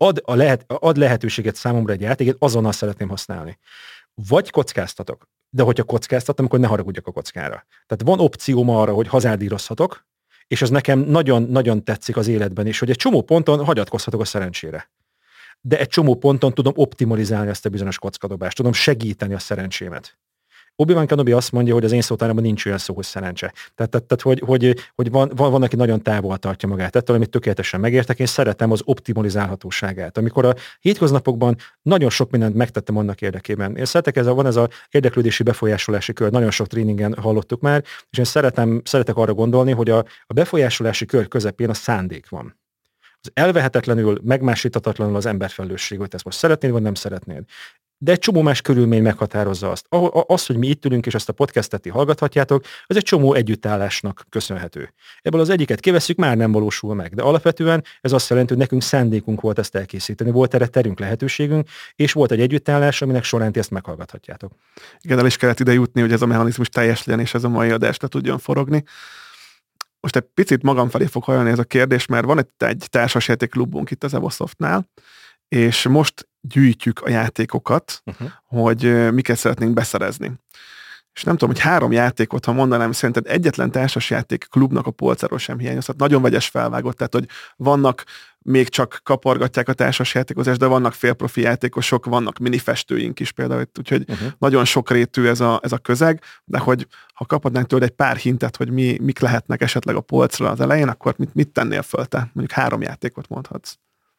ad lehetőséget számomra egy játékot, azonnal szeretném használni. Vagy kockáztatok, de hogyha kockáztatom, akkor ne haragudjak a kockára. Tehát van opcióm arra, hogy hazárdírozhatok, és ez nekem nagyon-nagyon tetszik az életben is, hogy egy csomó ponton hagyatkozhatok a szerencsére. De egy csomó ponton tudom optimalizálni ezt a bizonyos kockadobást, tudom segíteni a szerencsémet. Obi-Wan Kenobi azt mondja, hogy az én szótárában nincs olyan szó, hogy szerencse. Tehát hogy van, aki nagyon távol tartja magát ettől, amit tökéletesen megértek, én szeretem az optimalizálhatóságát. Amikor a hétköznapokban nagyon sok mindent megtettem annak érdekében. Én szeretek, van ez az érdeklődési befolyásolási kör, nagyon sok tréningen hallottuk már, és én szeretek arra gondolni, hogy a befolyásolási kör közepén a szándék van. Az elvehetetlenül, megmásíthatatlanul az emberfelelősség, hogy ezt most szeretnéd, vagy nem szeretnéd. De egy csomó más körülmény meghatározza azt. Az, hogy mi itt ülünk, és ezt a podcastet ti hallgathatjátok, az egy csomó együttállásnak köszönhető. Ebből az egyiket kivesszük, már nem valósul meg. De alapvetően ez azt jelenti, hogy nekünk szándékunk volt ezt elkészíteni, volt erre terünk, lehetőségünk, és volt egy együttállás, aminek során ti ezt meghallgathatjátok. Igen, el is kellett ide jutni, hogy ez a mechanizmus teljes legyen, és ez a mai adást le tudjon forogni. Most egy picit magam felé fog hajolni ez a kérdés, mert van egy társasjáték klubunk itt az Evosoftnál, és most gyűjtjük a játékokat, hogy miket szeretnénk beszerezni. És nem tudom, hogy 3 játékot, ha mondanám, szerinted egyetlen társasjáték klubnak a polcáról sem hiányozhat. Nagyon vegyes felvágott, tehát hogy vannak, még csak kapargatják a társasjátékozást, de vannak félprofi játékosok, vannak minifestőink is például, úgyhogy nagyon sokrétű ez a közeg, de hogy ha kaphatnánk tőle egy pár hintet, hogy mik lehetnek esetleg a polcra az elején, akkor mit tennél föl te? Mondjuk 3 játékot mondhatsz.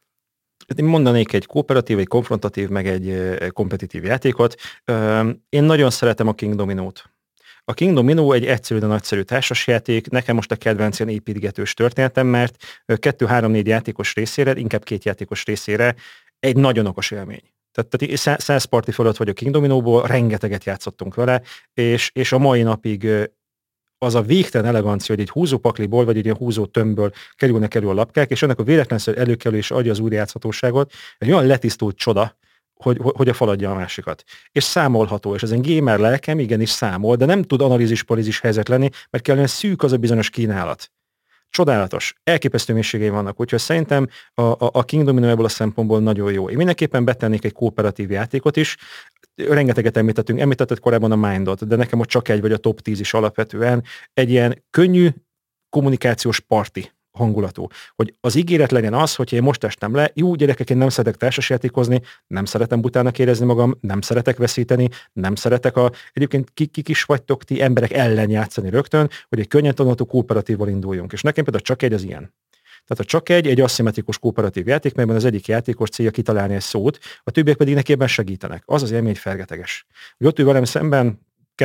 Én mondanék egy kooperatív, egy konfrontatív, meg egy kompetitív játékot. Én nagyon szeretem a King Domino-t. A King Domino egy egyszerű, de nagyszerű társasjáték. Nekem most a kedvenc ilyen építgetős történetem, mert 2-3-4 játékos részére, inkább 2 játékos részére egy nagyon okos élmény. Tehát 100 parti fölött vagy a King Domino-ból, rengeteget játszottunk vele, és a mai napig az a végtelen elegancia, hogy egy húzópakliból, vagy egy ilyen húzó tömbből kerülnek elő a lapkák, és ennek a véletlenszerű előkerülés adja az újrajátszhatóságot, egy olyan letisztult csoda, hogy a faladja a másikat. És számolható, és ez egy gamer lelkem igenis számol, de nem tud analízis-parizis helyzet lenni, mert kellene szűk az a bizonyos kínálat. Csodálatos, elképesztő mélységei vannak, úgyhogy szerintem a King Domino ebből a szempontból nagyon jó. Én mindenképpen betennék egy kooperatív játékot is, rengeteget említetted korábban a Mindot, de nekem ott csak egy vagy a top 10 is alapvetően egy ilyen könnyű kommunikációs parti, hangulatú. Hogy az ígéret legyen az, hogyha én most estem le, jó gyerekek, én nem szeretek társasjátékozni, nem szeretem butának érezni magam, nem szeretek veszíteni, nem szeretek egyébként kik is vagytok ti emberek ellen játszani rögtön, hogy egy könnyen tanulható kooperatívval induljunk. És nekem például csak egy az ilyen. Tehát a csak egy aszimmetrikus kooperatív játék, melyben az egyik játékos célja kitalálni egy szót, a többiek pedig neki ebben segítenek. Az az élmény fergeteges. Hogy ott ül velem szemben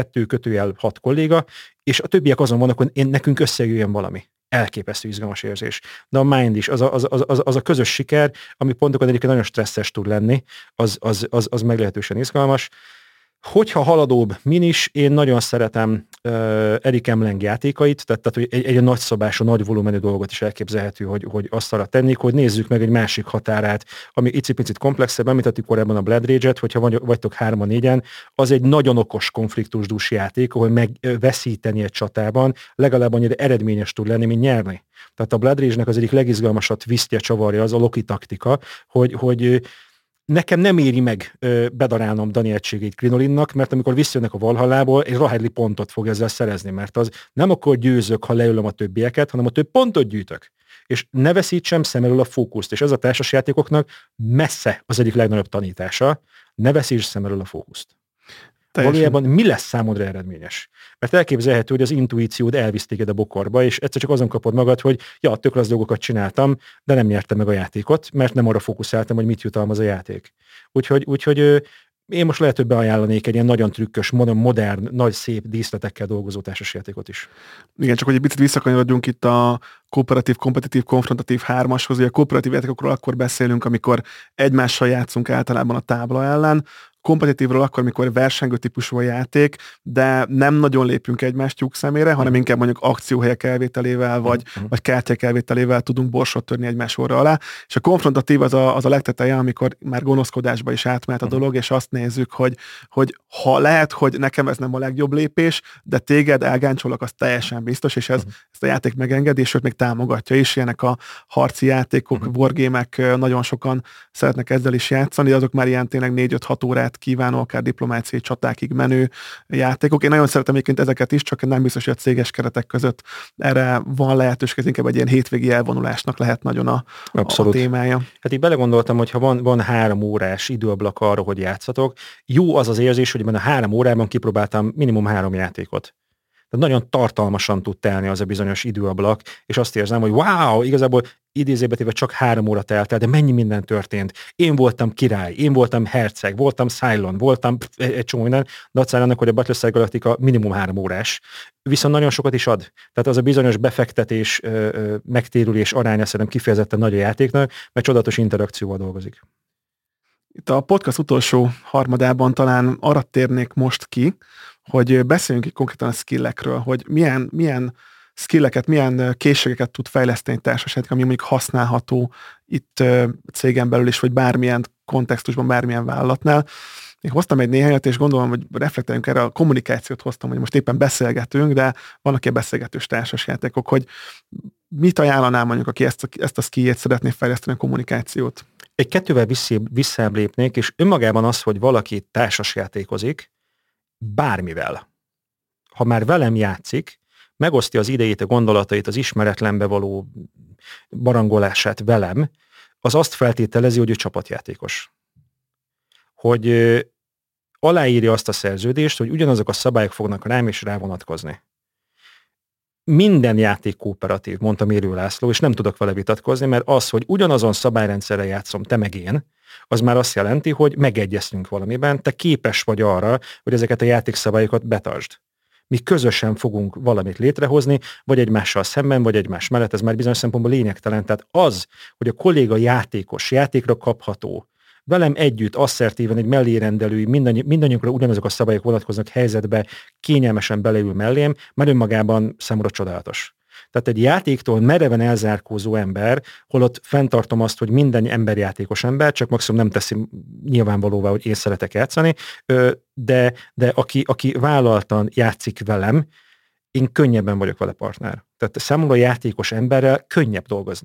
2-6 kolléga, és a többiek azon vannak, hogy nekünk összejöjjön valami. Elképesztő izgalmas érzés. De a Mind is, az a közös siker, ami pontokon egyébként nagyon stresszes tud lenni, az meglehetősen izgalmas. Hogyha haladóbb minis, én nagyon szeretem Eric Emling játékait, tehát hogy egy nagyszabású, nagy volumenű dolgot is elképzelhető, hogy asztalra tennék, hogy nézzük meg egy másik határát, ami icipicit komplexebb, említettük korábban a Blood Rage-et, hogyha vagytok 3-4-en, az egy nagyon okos konfliktusdús játék, ahol megveszíteni egy csatában legalább annyira eredményes tud lenni, mint nyerni. Tehát a Blood Rage-nek az egyik legiszgalmasabb twistje, csavarja az a Loki taktika, hogy nekem nem éri meg bedarálnom Dani egységét Krinolinnak, mert amikor visszajönnek a Valhallából, egy Rahedli pontot fog ezzel szerezni, mert az nem akkor győzök, ha leülöm a többieket, hanem a több pontot gyűjtök. És ne veszítsem szem elől a fókuszt. És ez a társasjátékoknak messze az egyik legnagyobb tanítása, ne veszíts szem elől a fókuszt. Valójában mi lesz számodra eredményes? Mert elképzelhető, hogy az intuíciód elvisz téged a bokorba, és egyszer csak azon kapod magad, hogy tök rossz dolgokat csináltam, de nem nyertem meg a játékot, mert nem arra fókuszáltam, hogy mit jutalmaz a játék. Úgyhogy én most lehet, hogy beajánlanék egy ilyen nagyon trükkös, modern, nagy, szép díszletekkel dolgozó társasjátékot is. Igen, csak hogy egy picit visszakanyarodjunk itt a kooperatív, kompetitív, konfrontatív 3-ashoz. Ugye a kooperatív játékokról akkor beszélünk, amikor egymással játszunk általában a tábla ellen, kompetitívről akkor, amikor versengő típusú a játék, de nem nagyon lépünk egymás tyúk szemére, hanem inkább mondjuk akcióhelyek elvételével, vagy kártyák elvételével tudunk borsot törni egymás orra alá. És a konfrontatív az a legteteje, amikor már gonoszkodásba is átmehet a dolog, és azt nézzük, hogy ha lehet, hogy nekem ez nem a legjobb lépés, de téged elgáncsolok, az teljesen biztos, és ezt a játék megengedi, és őt még támogatja is. Ilyenek a harci játékok, wargamek, nagyon sokan szeretnek ezzel is játszani, de azok már ilyen tényleg 4-5-6 órát kívánó, akár diplomáciai csatákig menő játékok. Én nagyon szeretem egyébként ezeket is, csak nem biztos, hogy a céges keretek között erre van lehetőség, ez inkább egy ilyen hétvégi elvonulásnak lehet nagyon a témája. Hát így belegondoltam, hogy ha van 3 órás időablak arra, hogy játszatok, jó az az érzés, hogy ebben a 3 órában kipróbáltam minimum 3 játékot. Tehát nagyon tartalmasan tud telni az a bizonyos időablak, és azt érzem, hogy wow, igazából idézőbe téve csak 3 óra telt el, de mennyi minden történt. Én voltam király, én voltam herceg, voltam Cylon, voltam egy csomó minden, de azt annak, hogy a Battlestar Galactica minimum 3 órás. Viszont nagyon sokat is ad. Tehát az a bizonyos befektetés, megtérülés aránya szerintem kifejezetten nagy a játéknak, mert csodatos interakcióval dolgozik. Itt a podcast utolsó harmadában talán arra térnék most ki, hogy beszéljünk konkrétan a skillekről, hogy milyen skilleket, milyen készségeket tud fejleszteni társasjáték, ami mondjuk használható itt cégen belül is, vagy bármilyen kontextusban, bármilyen vállalatnál. Én hoztam egy néhányat, és gondolom, hogy reflektáljunk erre, a kommunikációt hoztam, hogy most éppen beszélgetünk, de vannak ilyen beszélgetős társasjátékok, hogy mit ajánlanál mondjuk, aki ezt a skilljét szeretné fejleszteni, a kommunikációt? Egy 2-vel visszább lépnék, és önmagában az, hogy valaki társasjátékozik, bármivel. Ha már velem játszik, megosztja az idejét, a gondolatait, az ismeretlenbe való barangolását velem, az azt feltételezi, hogy ő csapatjátékos. Hogy aláírja azt a szerződést, hogy ugyanazok a szabályok fognak rám és rá vonatkozni. Minden játék kooperatív, mondta Mérő László, és nem tudok vele vitatkozni, mert az, hogy ugyanazon szabályrendszerrel játszom, te meg én, az már azt jelenti, hogy megegyeztünk valamiben, te képes vagy arra, hogy ezeket a játékszabályokat betartsd. Mi közösen fogunk valamit létrehozni, vagy egymással szemben, vagy egymás mellett, ez már bizonyos szempontból lényegtelen. Tehát az, hogy a kolléga játékra kapható, velem együtt asszertíven egy mellérendelői, mindannyiunkra ugyanazok a szabályok vonatkoznak helyzetbe, kényelmesen beleül mellém, már önmagában számomra csodálatos. Tehát egy játéktól mereven elzárkózó ember, holott fenntartom azt, hogy minden ember játékos ember, csak maximum nem teszi nyilvánvalóvá, hogy én szeretek játszani, de aki vállaltan játszik velem, én könnyebben vagyok vele partner. Tehát számomra játékos emberrel könnyebb dolgozni.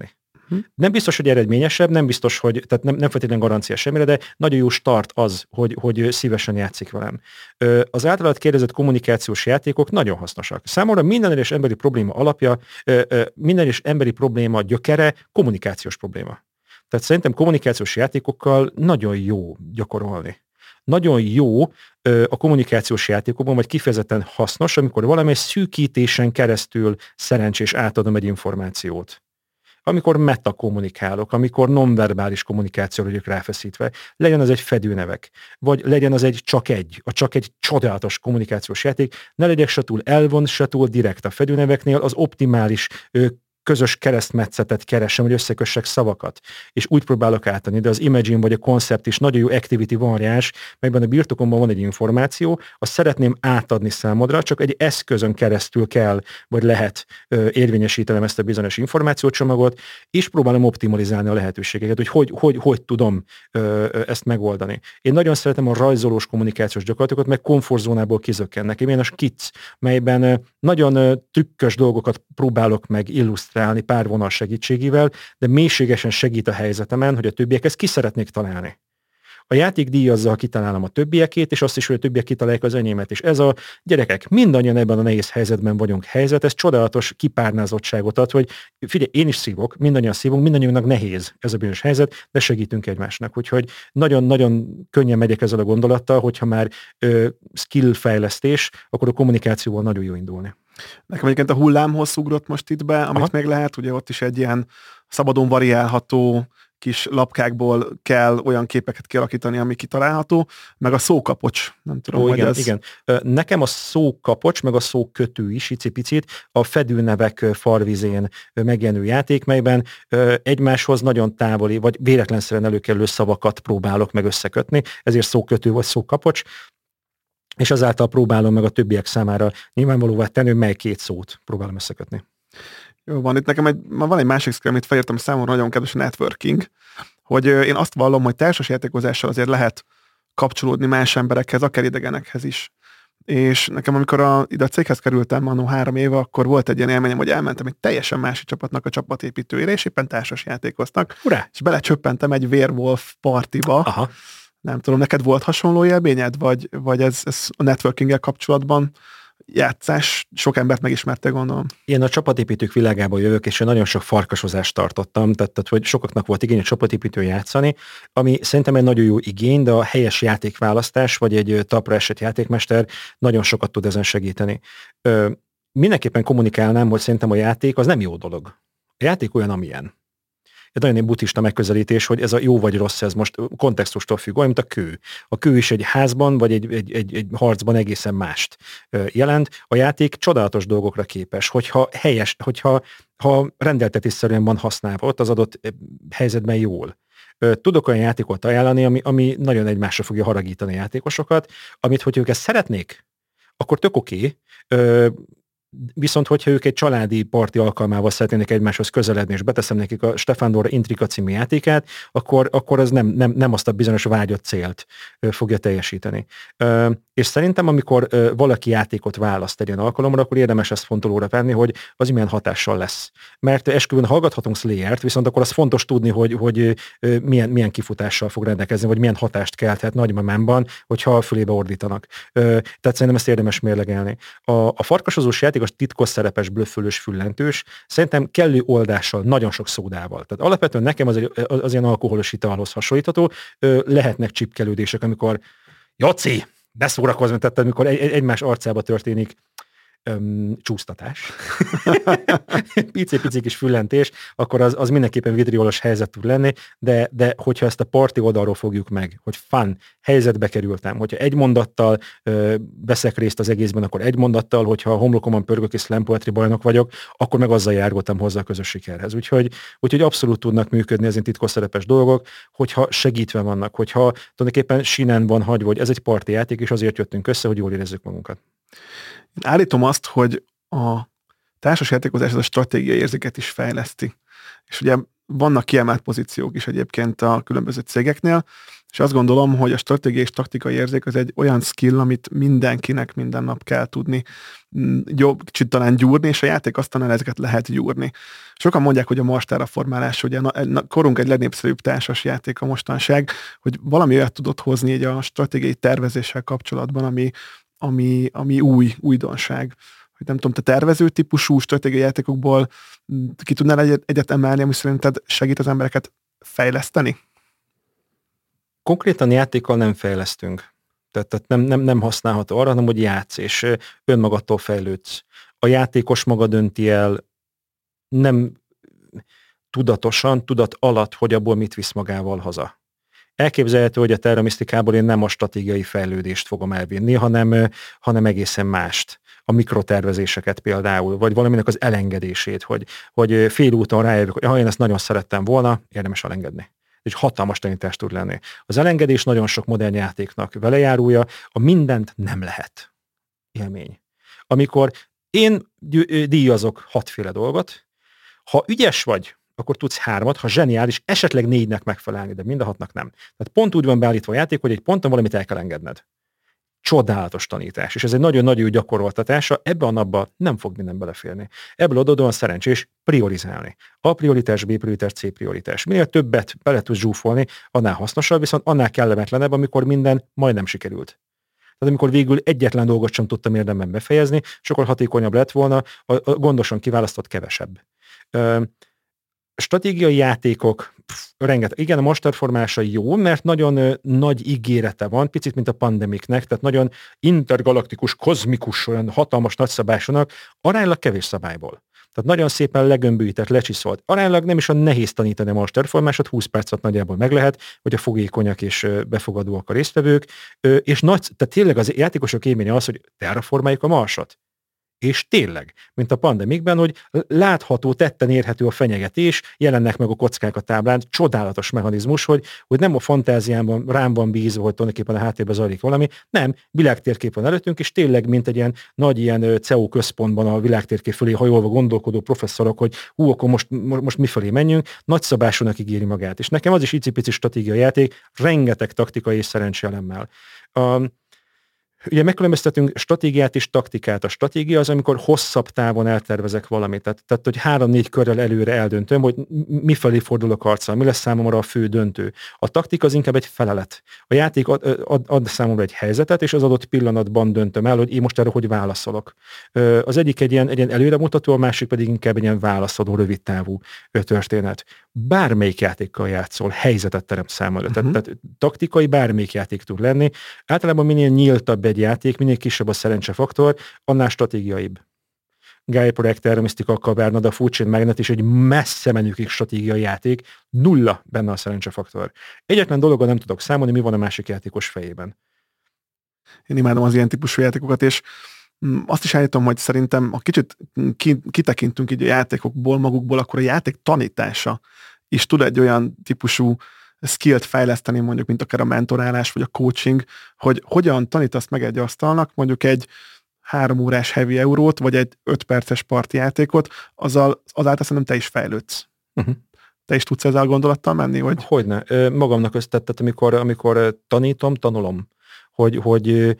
Nem biztos, hogy eredményesebb, nem biztos, hogy, tehát nem feltétlenül garancia semmire, de nagyon jó start az, hogy szívesen játszik velem. Az általad kérdezett kommunikációs játékok nagyon hasznosak. Számomra minden egyes emberi probléma alapja, minden egyes emberi probléma gyökere kommunikációs probléma. Tehát szerintem kommunikációs játékokkal nagyon jó gyakorolni. Nagyon jó a kommunikációs játékokban, vagy kifejezetten hasznos, amikor valamely szűkítésen keresztül szerencsés átadom egy információt. Amikor metakommunikálok, amikor nonverbális kommunikációra vagyok ráfeszítve, legyen az egy fedőnevek, vagy legyen az egy csak egy csodálatos kommunikációs játék, ne legyek se túl elvon, se túl direkt a fedőneveknél, az optimális közös keresztmetszetet keresem, hogy összekössek szavakat, és úgy próbálok átadni, de az Imagine vagy a koncept is nagyon jó activity variáns, melyben a birtokomban van egy információ, azt szeretném átadni számodra, csak egy eszközön keresztül kell, vagy lehet érvényesítenem ezt a bizonyos információcsomagot, és próbálom optimalizálni a lehetőségeket, hogy tudom ezt megoldani. Én nagyon szeretem a rajzolós kommunikációs gyakorlatokat, meg komfortzónából kizökkennek. Én a skic, melyben nagyon trükkös dolgokat próbálok meg illusztrálni pár vonal segítségével, de mélységesen segít a helyzetemen, hogy a többiek ezt ki szeretnék találni. A játék díjazza, ha kitalálom a többiekét, és azt is, hogy a többiek kitalálják az enyémet. És ez a gyerekek, mindannyian ebben a nehéz helyzetben vagyunk ez csodálatos kipárnázottságot ad, hogy figyelj, én is szívok, mindannyian szívunk, mindannyiunknak nehéz ez a bizonyos helyzet, de segítünk egymásnak. Úgyhogy nagyon-nagyon könnyen megyek ezzel a gondolattal, hogyha már skill fejlesztés, akkor a kommunikációval nagyon jó indulni. Nekem egyébként a hullámhossz ugrott most itt be, amit még lehet, ugye ott is egy ilyen szabadon variálható kis lapkákból kell olyan képeket kialakítani, ami kitalálható, meg a szókapocs, nem tudom, hogy igen, ez... Igen. Nekem a szókapocs, meg a szókötő is icipicit a fedőnevek farvizén megjelenő játék, melyben egymáshoz nagyon távoli, vagy véletlenszerűen előkerülő szavakat próbálok meg összekötni, ezért szókötő vagy szókapocs, és azáltal próbálom meg a többiek számára nyilvánvalóvá tenni, mely két szót próbálom összekötni. Jó van, itt nekem van egy másik skill, amit felírtam számomra, nagyon kedves, a networking, hogy én azt vallom, hogy társas játékozással azért lehet kapcsolódni más emberekhez, akár idegenekhez is. És nekem, amikor ide a céghez kerültem annó 3 éve, akkor volt egy ilyen élményem, hogy elmentem egy teljesen másik csapatnak a csapatépítőjére, és éppen társas játékoztak. Urá! És belecsöppentem egy Werewolf partiba. Aha. Nem tudom, neked volt hasonló élményed, vagy ez a networking-el kapcsolatban játszás, sok embert megismertél, gondolom. Én a csapatépítők világából jövök, és én nagyon sok farkasozást tartottam, tehát hogy sokaknak volt igény a csapatépítőn játszani, ami szerintem egy nagyon jó igény, de a helyes játékválasztás, vagy egy talpra esett játékmester nagyon sokat tud ezen segíteni. Mindenképpen kommunikálnám, hogy szerintem a játék az nem jó dolog. A játék olyan, amilyen. Egy nagyon egy buddhista megközelítés, hogy ez a jó vagy rossz, ez most kontextustól függ, olyan, mint a kő. A kő is egy házban, vagy egy harcban egészen mást jelent. A játék csodálatos dolgokra képes, hogyha rendeltetésszerűen van használva ott az adott helyzetben jól. Tudok olyan játékot ajánlani, ami nagyon egymásra fogja haragítani a játékosokat, amit, hogy ők ezt szeretnék, akkor tök oké. Viszont, hogyha ők egy családi parti alkalmával szeretnének egymáshoz közeledni, és beteszem nekik a Stefan Dora Intrika című játékát, akkor ez nem azt a bizonyos vágyott célt fogja teljesíteni. És szerintem, amikor valaki játékot választ egy ilyen alkalomra, akkor érdemes ezt fontolóra venni, hogy az milyen hatással lesz. Mert esküvőn hallgathatunk Slayert, viszont akkor az fontos tudni, hogy milyen kifutással fog rendelkezni, vagy milyen hatást kelthet nagymamámban, hogyha a fülébe ordítanak. Tehát szerintem ezt érdemes mérlegelni. A farkasozós játék, a titkos szerepes, blöffölős, füllentős, szerintem kellő oldással, nagyon sok szódával. Tehát alapvetően nekem az ilyen alkoholos italhoz hasonlítható, lehetnek csipkelődések, amikor Jaci, beszórakozni, tehát amikor egymás arcába történik csúsztatás, pici kis füllentés, akkor az mindenképpen vitriolos helyzet tud lenni, de hogyha ezt a parti oldalról fogjuk meg, hogy fun, helyzetbe kerültem, hogyha egy mondattal veszek részt az egészben, akkor egy mondattal, hogyha a homlokomon pörgök és slam poetry bajnok vagyok, akkor meg azzal járgoltam hozzá a közös sikerhez. Úgyhogy abszolút tudnak működni ezen titkosszerepes dolgok, hogyha segítve vannak, hogyha tulajdonképpen sinen van hagyva, hogy ez egy parti játék, és azért jöttünk össze, hogy jól érezzük magunkat. Én állítom azt, hogy a társasjátékozás az a stratégiai érzéket is fejleszti. És ugye vannak kiemelt pozíciók is egyébként a különböző cégeknél, És azt gondolom, hogy a stratégiai és taktikai érzék az egy olyan skill, amit mindenkinek minden nap kell tudni kicsit talán gyúrni, és a játék aztán ezeket lehet gyúrni. Sokan mondják, hogy a Mars Terraformálás, ugye korunk egy legnépszerűbb társas játék a mostanság, hogy valami olyat tudott hozni így a stratégiai tervezéssel kapcsolatban, ami újdonság. Hogy nem tudom, te tervező típusú stratégiai játékokból ki tudnál egyet emelni, ami szerinted segít az embereket fejleszteni? Konkrétan játékkal nem fejlesztünk. Tehát nem használható arra, hanem hogy játsz, és önmagadtól fejlődsz. A játékos maga dönti el, nem tudatosan, tudat alatt, hogy abból mit visz magával haza. Elképzelhető, hogy a terramisztikából én nem a stratégiai fejlődést fogom elvinni, hanem egészen mást. A mikrotervezéseket például, vagy valaminek az elengedését, hogy félúton rájövök, hogy ha én ezt nagyon szerettem volna, érdemes elengedni. Egy hatalmas tanítás tud lenni. Az elengedés nagyon sok modern játéknak velejárója, a mindent nem lehet élmény. Amikor én díjazok 6 féle dolgot, ha ügyes vagy, akkor tudsz 3, ha zseniális, esetleg 4-nek megfelelni, de mind a 6-nak nem. Tehát pont úgy van beállítva a játék, hogy egy ponton valamit el kell engedned. Csodálatos tanítás, és ez egy nagyon-nagyon gyakoroltatása, ebbe a napba nem fog minden beleférni. Ebből adódóan szerencsés priorizálni. A prioritás, B prioritás, C prioritás. Minél többet bele tudsz zsúfolni, annál hasznosabb, viszont annál kellemetlenebb, amikor minden majdnem sikerült. Tehát amikor végül egyetlen dolgot sem tudtam érdemben befejezni, sokkal hatékonyabb lett volna, a gondosan kiválasztott kevesebb. Stratégiai játékok, rengeteg. Igen, a Mars Terraformálása jó, mert nagyon nagy ígérete van, picit, mint a Pandemicnek, tehát nagyon intergalaktikus, kozmikus, olyan hatalmas nagyszabásúnak, aránylag kevés szabályból. Tehát nagyon szépen legömbűített, lecsiszolt. Aránylag nem is a nehéz tanítani a Mars Terraformálását, 20 percet nagyjából meg lehet, hogy a fogékonyak és befogadóak a résztvevők, és tehát tényleg az játékosok élménye az, hogy terraformáljuk a Marsot. És tényleg, mint a Pandemicben, hogy látható, tetten érhető a fenyegetés, jelennek meg a kockák a táblán, csodálatos mechanizmus, hogy nem a fantáziámban rám van bízva, hogy tulajdonképpen a háttérben zajlik valami, nem, világtérkép van előttünk, és tényleg, mint egy ilyen nagy ilyen CEU központban a világtérkép fölé hajolva gondolkodó professzorok, hogy akkor most mifelé menjünk, nagyszabásúnak ígéri magát. És nekem az is icipici stratégiai játék, rengeteg taktikai és szerencseelemmel. Ugye megkülönböztetünk stratégiát és taktikát. A stratégia az, amikor hosszabb távon eltervezek valamit. Tehát hogy 3-4 körrel előre eldöntöm, hogy mifelé fordulok arccal, mi lesz számomra a fő döntő. A taktika az inkább egy felelet. A játék ad számomra egy helyzetet, és az adott pillanatban döntöm el, hogy én most erre hogy válaszolok. Az egyik egy ilyen előremutató, a másik pedig inkább egy ilyen válaszadó, rövid távú történet. Bármelyik játékkal játszol, helyzetet teremt számomra. Tehát taktikai bármelyik játék tud lenni. Általában minél nyíltabb egy játék, minél kisebb a szerencsefaktor, annál stratégiaibb. Gaia Project, Terramisztika, Caverna, Food Magnet is egy messze menőkig stratégiai játék, 0 benne a szerencsefaktor. Egyetlen dologgal nem tudok számolni, mi van a másik játékos fejében. Én imádom az ilyen típusú játékokat, és azt is állítom, hogy szerintem, ha kicsit kitekintünk így a játékokból magukból, akkor a játék tanítása is tud egy olyan típusú skillt fejleszteni, mondjuk, mint akár a mentorálás, vagy a coaching, hogy hogyan tanítasz meg egy asztalnak, mondjuk egy 3 órás heavy eurót, vagy egy 5 perces partijátékot, azáltal szerintem te is fejlődsz. Te is tudsz ezzel a gondolattal menni? Hogyne. Magamnak összetettet, amikor tanítom, tanulom. Hogy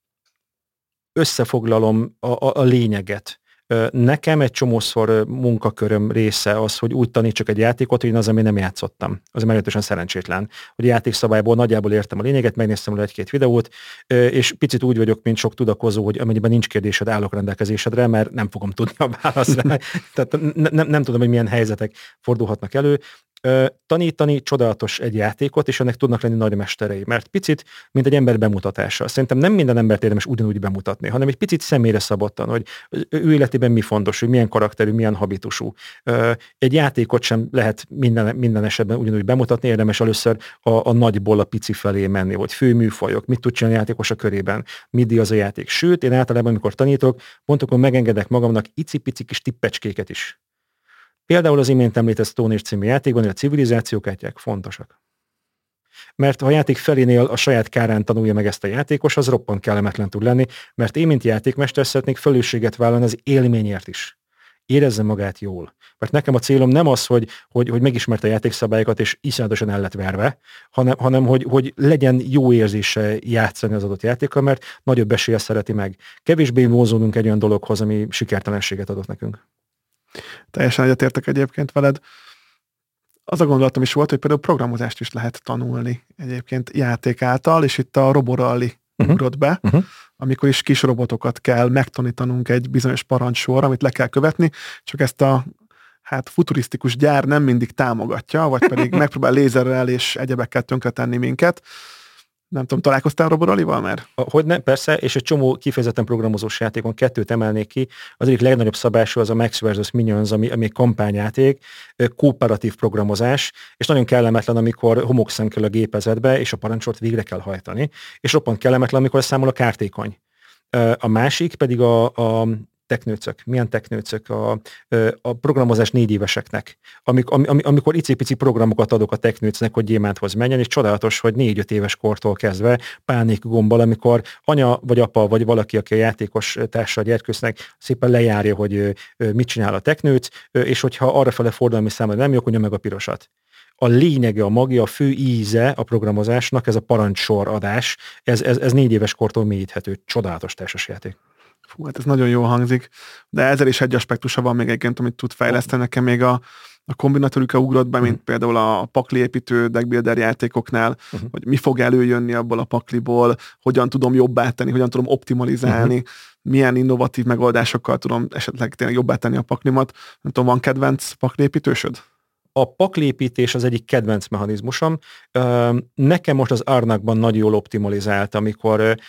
összefoglalom a lényeget. Nekem egy csomószor munkaköröm része az, hogy úgy tanítsak egy játékot, hogy én az, ami nem játszottam. Az meglehetősen szerencsétlen. Hogy a játékszabályból nagyjából értem a lényeget, megnéztem le 1-2 videót, és picit úgy vagyok, mint sok tudakozó, hogy amennyiben nincs kérdésed, állok rendelkezésedre, mert nem fogom tudni a választ rá. Tehát nem tudom, hogy milyen helyzetek fordulhatnak elő. Tanítani csodálatos egy játékot, és ennek tudnak lenni nagy mesterei, mert picit, mint egy ember bemutatása. Szerintem nem minden embert érdemes ugyanúgy bemutatni, hanem egy picit személyre szabottan, hogy ő életében mi fontos, hogy milyen karakterű, milyen habitusú. Egy játékot sem lehet minden esetben ugyanúgy bemutatni, érdemes először a nagyból a pici felé menni, hogy főműfajok, mit tud csinálni a játékos a körében, midi az a játék. Sőt, én általában, amikor tanítok, pontokon megengedek magamnak icipici kis tippecskéket is. Például az imént említett Stone Age című játékban a civilizációkártyák fontosak. Mert ha a játék felénél a saját kárán tanulja meg ezt a játékos, az roppant kellemetlen tud lenni, mert én, mint játékmester szeretnék felelősséget vállalni az élményért is. érezze magát jól. Mert nekem a célom nem az, hogy megismerte a játékszabályokat, és iszonyatosan el lett verve, hanem hogy legyen jó érzése játszani az adott játékkal, mert nagyobb eséllyel szereti meg. Kevésbé vonzódunk egy olyan dologhoz, ami sikertelenséget adott nekünk. Teljesen egyetértek egyébként veled. Az a gondolatom is volt, hogy például programozást is lehet tanulni egyébként játék által, és itt a Roborally ugrott be, amikor is kis robotokat kell megtanítanunk egy bizonyos parancsor, amit le kell követni, csak ezt a futurisztikus gyár nem mindig támogatja, vagy pedig megpróbál lézerrel és egyebekkel tönkretenni minket. Nem tudom, találkoztál Roborally-val már? Hogy nem, persze, és egy csomó kifejezetten programozós játékon 2 emelnék ki. Az egyik legnagyobb szabású az a Max vs. Minions, ami egy kampányjáték, kooperatív programozás, és nagyon kellemetlen, amikor homokszem kell a gépezetbe, és a parancsort végre kell hajtani, és roppant kellemetlen, amikor számol a kártékony. A másik pedig a teknőcök. Milyen teknőcök? A programozás 4 éveseknek. Amikor icipici programokat adok a teknőcnek, hogy gyémánthoz menjen, és csodálatos, hogy 4-5 éves kortól kezdve pánik gombbal, amikor anya vagy apa, vagy valaki, aki a játékos társa a gyerkőcnek szépen lejárja, hogy mit csinál a teknőc, és hogyha arrafele fordul, ami számára nem jó, akkor nyom meg a pirosat. A lényege, a magja, a fő íze a programozásnak, ez a parancsoradás, ez 4 éves kortól mélyíthető. Csodálatos társasjáték. Fú, hát ez nagyon jól hangzik, de ezzel is egy aspektusa van még egyébként, amit tud fejleszteni. Nekem még a kombinatorika ugrott be, mint például a pakliépítő deckbuilder játékoknál, hogy mi fog előjönni abból a pakliból, hogyan tudom jobbá tenni, hogyan tudom optimalizálni, milyen innovatív megoldásokkal tudom esetleg tényleg jobbá tenni a paklimat. Nem tudom, van kedvenc pakliépítősöd? A paklépítés az egyik kedvenc mechanizmusom. Nekem most az Arnakban nagyon jól optimalizált, amikor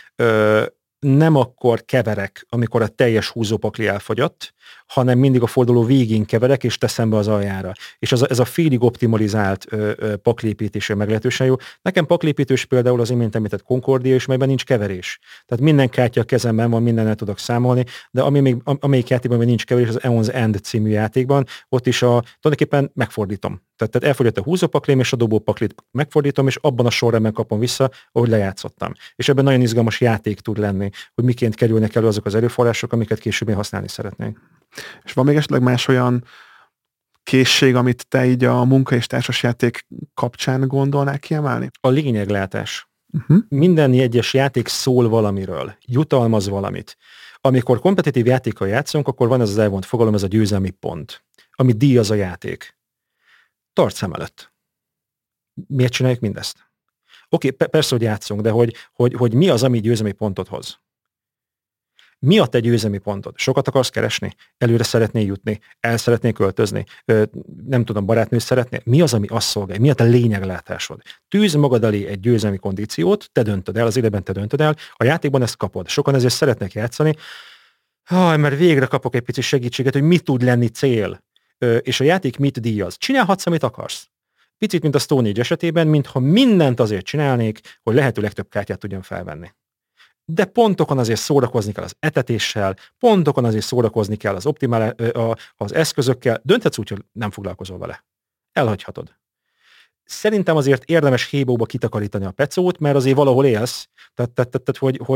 nem akkor keverek, amikor a teljes húzópakli elfogyott, hanem mindig a forduló végén keverek, és teszem be az aljára. És ez a félig optimalizált paklépítése meglehetősen jó. Nekem paklépítős például az imént említett Concordia is, melyben nincs keverés. Tehát minden kártya a kezemben van, mindennel tudok számolni, de amelyik játékban még nincs keverés, az Eon's End című játékban, ott is tulajdonképpen megfordítom. Tehát elfogyott a húzópaklém, és a dobópaklit megfordítom, és abban a sorrendben kapom vissza, ahogy lejátszottam. És ebben nagyon izgalmas játék tud lenni, hogy miként kerülnek elő azok az erőforrások, amiket később én használni szeretnénk. És van még esetleg más olyan készség, amit te így a munka és társasjáték kapcsán gondolnál kiemelni? A lényeglátás. Minden egyes játék szól valamiről, jutalmaz valamit. Amikor kompetitív játékkal játszunk, akkor van ez az elvont fogalom, ez a győzelmi pont, ami díjaz a játék. Tarts szem előtt. Miért csináljuk mindezt? Oké, persze, hogy játszunk, de hogy mi az, ami győzelmi pontot hoz? Mi a te győzelmi pontod? Sokat akarsz keresni? Előre szeretnél jutni? El szeretnél költözni? Nem tudom, barátnőt szeretnél? Mi az, ami azt szolgálja? Mi a te lényeglátásod? Tűz magad elé egy győzelmi kondíciót, te döntöd el, az életben te döntöd el, a játékban ezt kapod. Sokan ezért szeretnek játszani, mert végre kapok egy pici segítséget, hogy mit tud lenni cél. És a játék mit díjaz? Csinálhatsz, amit akarsz. Picit, mint a Stone Age esetében, mintha mindent azért csinálnék, hogy lehető legtöbb kártyát tudjon felvenni. De pontokon azért szórakozni kell az etetéssel, pontokon azért szórakozni kell az az eszközökkel, dönthetsz úgy, hogy nem foglalkozol vele. Elhagyhatod. Szerintem azért érdemes hébóba kitakarítani a pecót, mert azért valahol élsz, tehát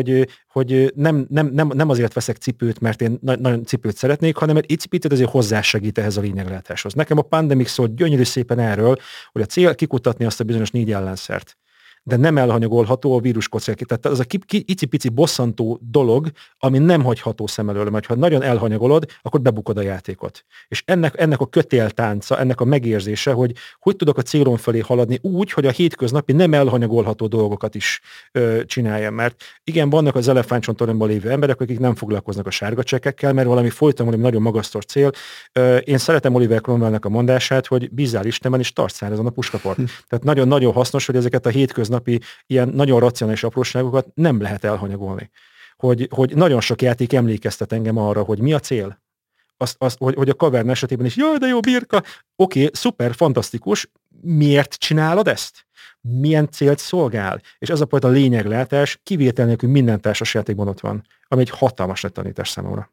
hogy nem azért veszek cipőt, mert én nagyon cipőt szeretnék, hanem egy cipőt azért hozzásegít ehhez a lényeglátáshoz. Nekem a Pandemic szólt gyönyörű szépen erről, hogy a cél kikutatni azt a bizonyos 4 ellenszert. De nem elhanyagolható a víruskockák. Tehát az a icipici bosszantó dolog, ami nem hagyható szem elől, mert ha nagyon elhanyagolod, akkor bebukod a játékot. És ennek a kötéltánca, ennek a megérzése, hogy tudok a célon felé haladni úgy, hogy a hétköznapi nem elhanyagolható dolgokat is csináljam. Mert igen, vannak az elefántcsontoronyban lévő emberek, akik nem foglalkoznak a sárga csekkekkel, mert valami valami nagyon magasztos cél. Én szeretem Oliver Cromwellnek a mondását, hogy bízzál Istenben, és tarts szárazon a puskaport. Tehát nagyon-nagyon hasznos, hogy ezeket a hétköznapi ilyen nagyon racionális apróságokat nem lehet elhanyagolni. Hogy nagyon sok játék emlékeztet engem arra, hogy mi a cél. Hogy a Cavern esetében is, jaj, de jó birka, oké, szuper, fantasztikus, miért csinálod ezt? Milyen célt szolgál? És ez a fajta lényeglátás kivétel nélkül minden társasjátékban ott van, ami egy hatalmas nagy tanítás számomra.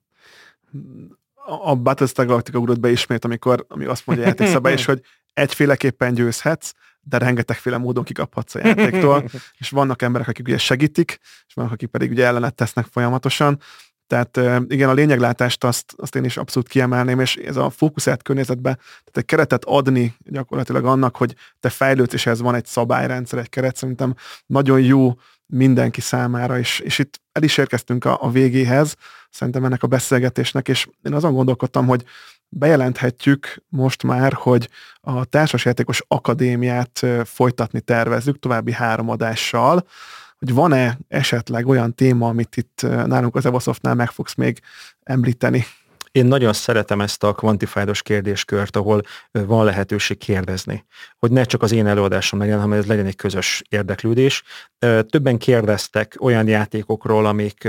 A Battlestar Galactica ugrott be ismét, ami azt mondja a játékszabály is, hogy egyféleképpen győzhetsz, de rengetegféle módon kikaphatsz a játéktól, és vannak emberek, akik ugye segítik, és vannak, akik pedig ugye ellenet tesznek folyamatosan. Tehát igen, a lényeglátást azt én is abszolút kiemelném, és ez a fókuszált környezetben, tehát egy keretet adni gyakorlatilag annak, hogy te fejlődsz, és ez van egy szabályrendszer, egy keret, szerintem nagyon jó mindenki számára, és itt el is érkeztünk a végéhez, szerintem ennek a beszélgetésnek, és én azon gondolkodtam, hogy bejelenthetjük most már, hogy a Társasjátékos Akadémiát folytatni tervezzük további 3 adással, hogy van-e esetleg olyan téma, amit itt nálunk az Evosoftnál meg fogsz még említeni? Én nagyon szeretem ezt a kvantifájdos kérdéskört, ahol van lehetőség kérdezni. Hogy ne csak az én előadásom legyen, hanem ez legyen egy közös érdeklődés. Többen kérdeztek olyan játékokról, amik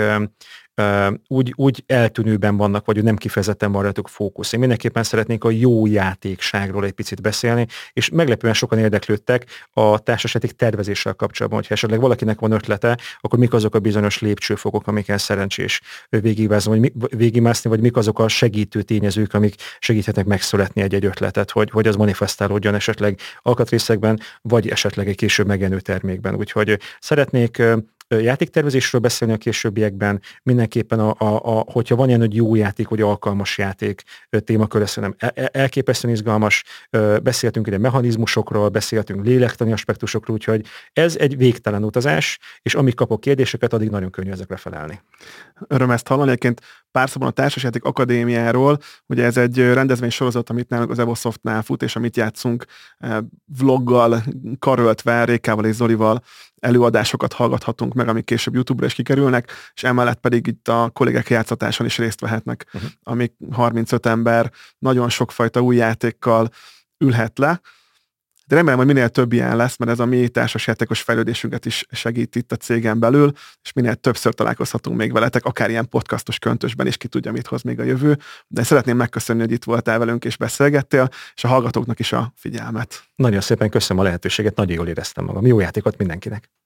úgy eltűnőben vannak, vagy nem kifejezetten van rajtuk fókusz. Én mindenképpen szeretnék a jó játékságról egy picit beszélni, és meglepően sokan érdeklődtek a társasjáték tervezéssel kapcsolatban, hogyha esetleg valakinek van ötlete, akkor mik azok a bizonyos lépcsőfokok, amiken szerencsés végigmászni, vagy mik azok a segítő tényezők, amik segíthetnek megszületni egy ötletet, hogy az manifestálódjon esetleg alkatrészekben, vagy esetleg egy később megjelenő termékben. Úgyhogy szeretnék játéktervezésről beszélni a későbbiekben, mindenképpen hogyha van ilyen, hogy jó játék, vagy alkalmas játék témakör, szerintem elképesztően izgalmas, beszéltünk ide mechanizmusokról, beszéltünk lélektani aspektusokról, úgyhogy ez egy végtelen utazás, és amíg kapok kérdéseket, addig nagyon könnyű ezekre felelni. Öröm ezt hallani, egyébként pár szóban a Társasjáték Akadémiáról, ugye ez egy rendezvénysorozat, amit nálunk az Evosoftnál fut, és amit játszunk vloggal, karöltve, Rékával és Zolival előadásokat hallgathatunk meg, amik később YouTube-ra is kikerülnek, és emellett pedig itt a kollégák játszatáson is részt vehetnek, amik 35 ember nagyon sokfajta új játékkal ülhet le. De remélem, hogy minél több ilyen lesz, mert ez a mi társasjátékos fejlődésünket is segít itt a cégen belül, és minél többször találkozhatunk még veletek, akár ilyen podcastos köntösben is, ki tudja, mit hoz még a jövő. De szeretném megköszönni, hogy itt voltál velünk és beszélgettél, és a hallgatóknak is a figyelmet. Nagyon szépen köszönöm a lehetőséget, nagyon jól éreztem magam. Jó játékot mindenkinek!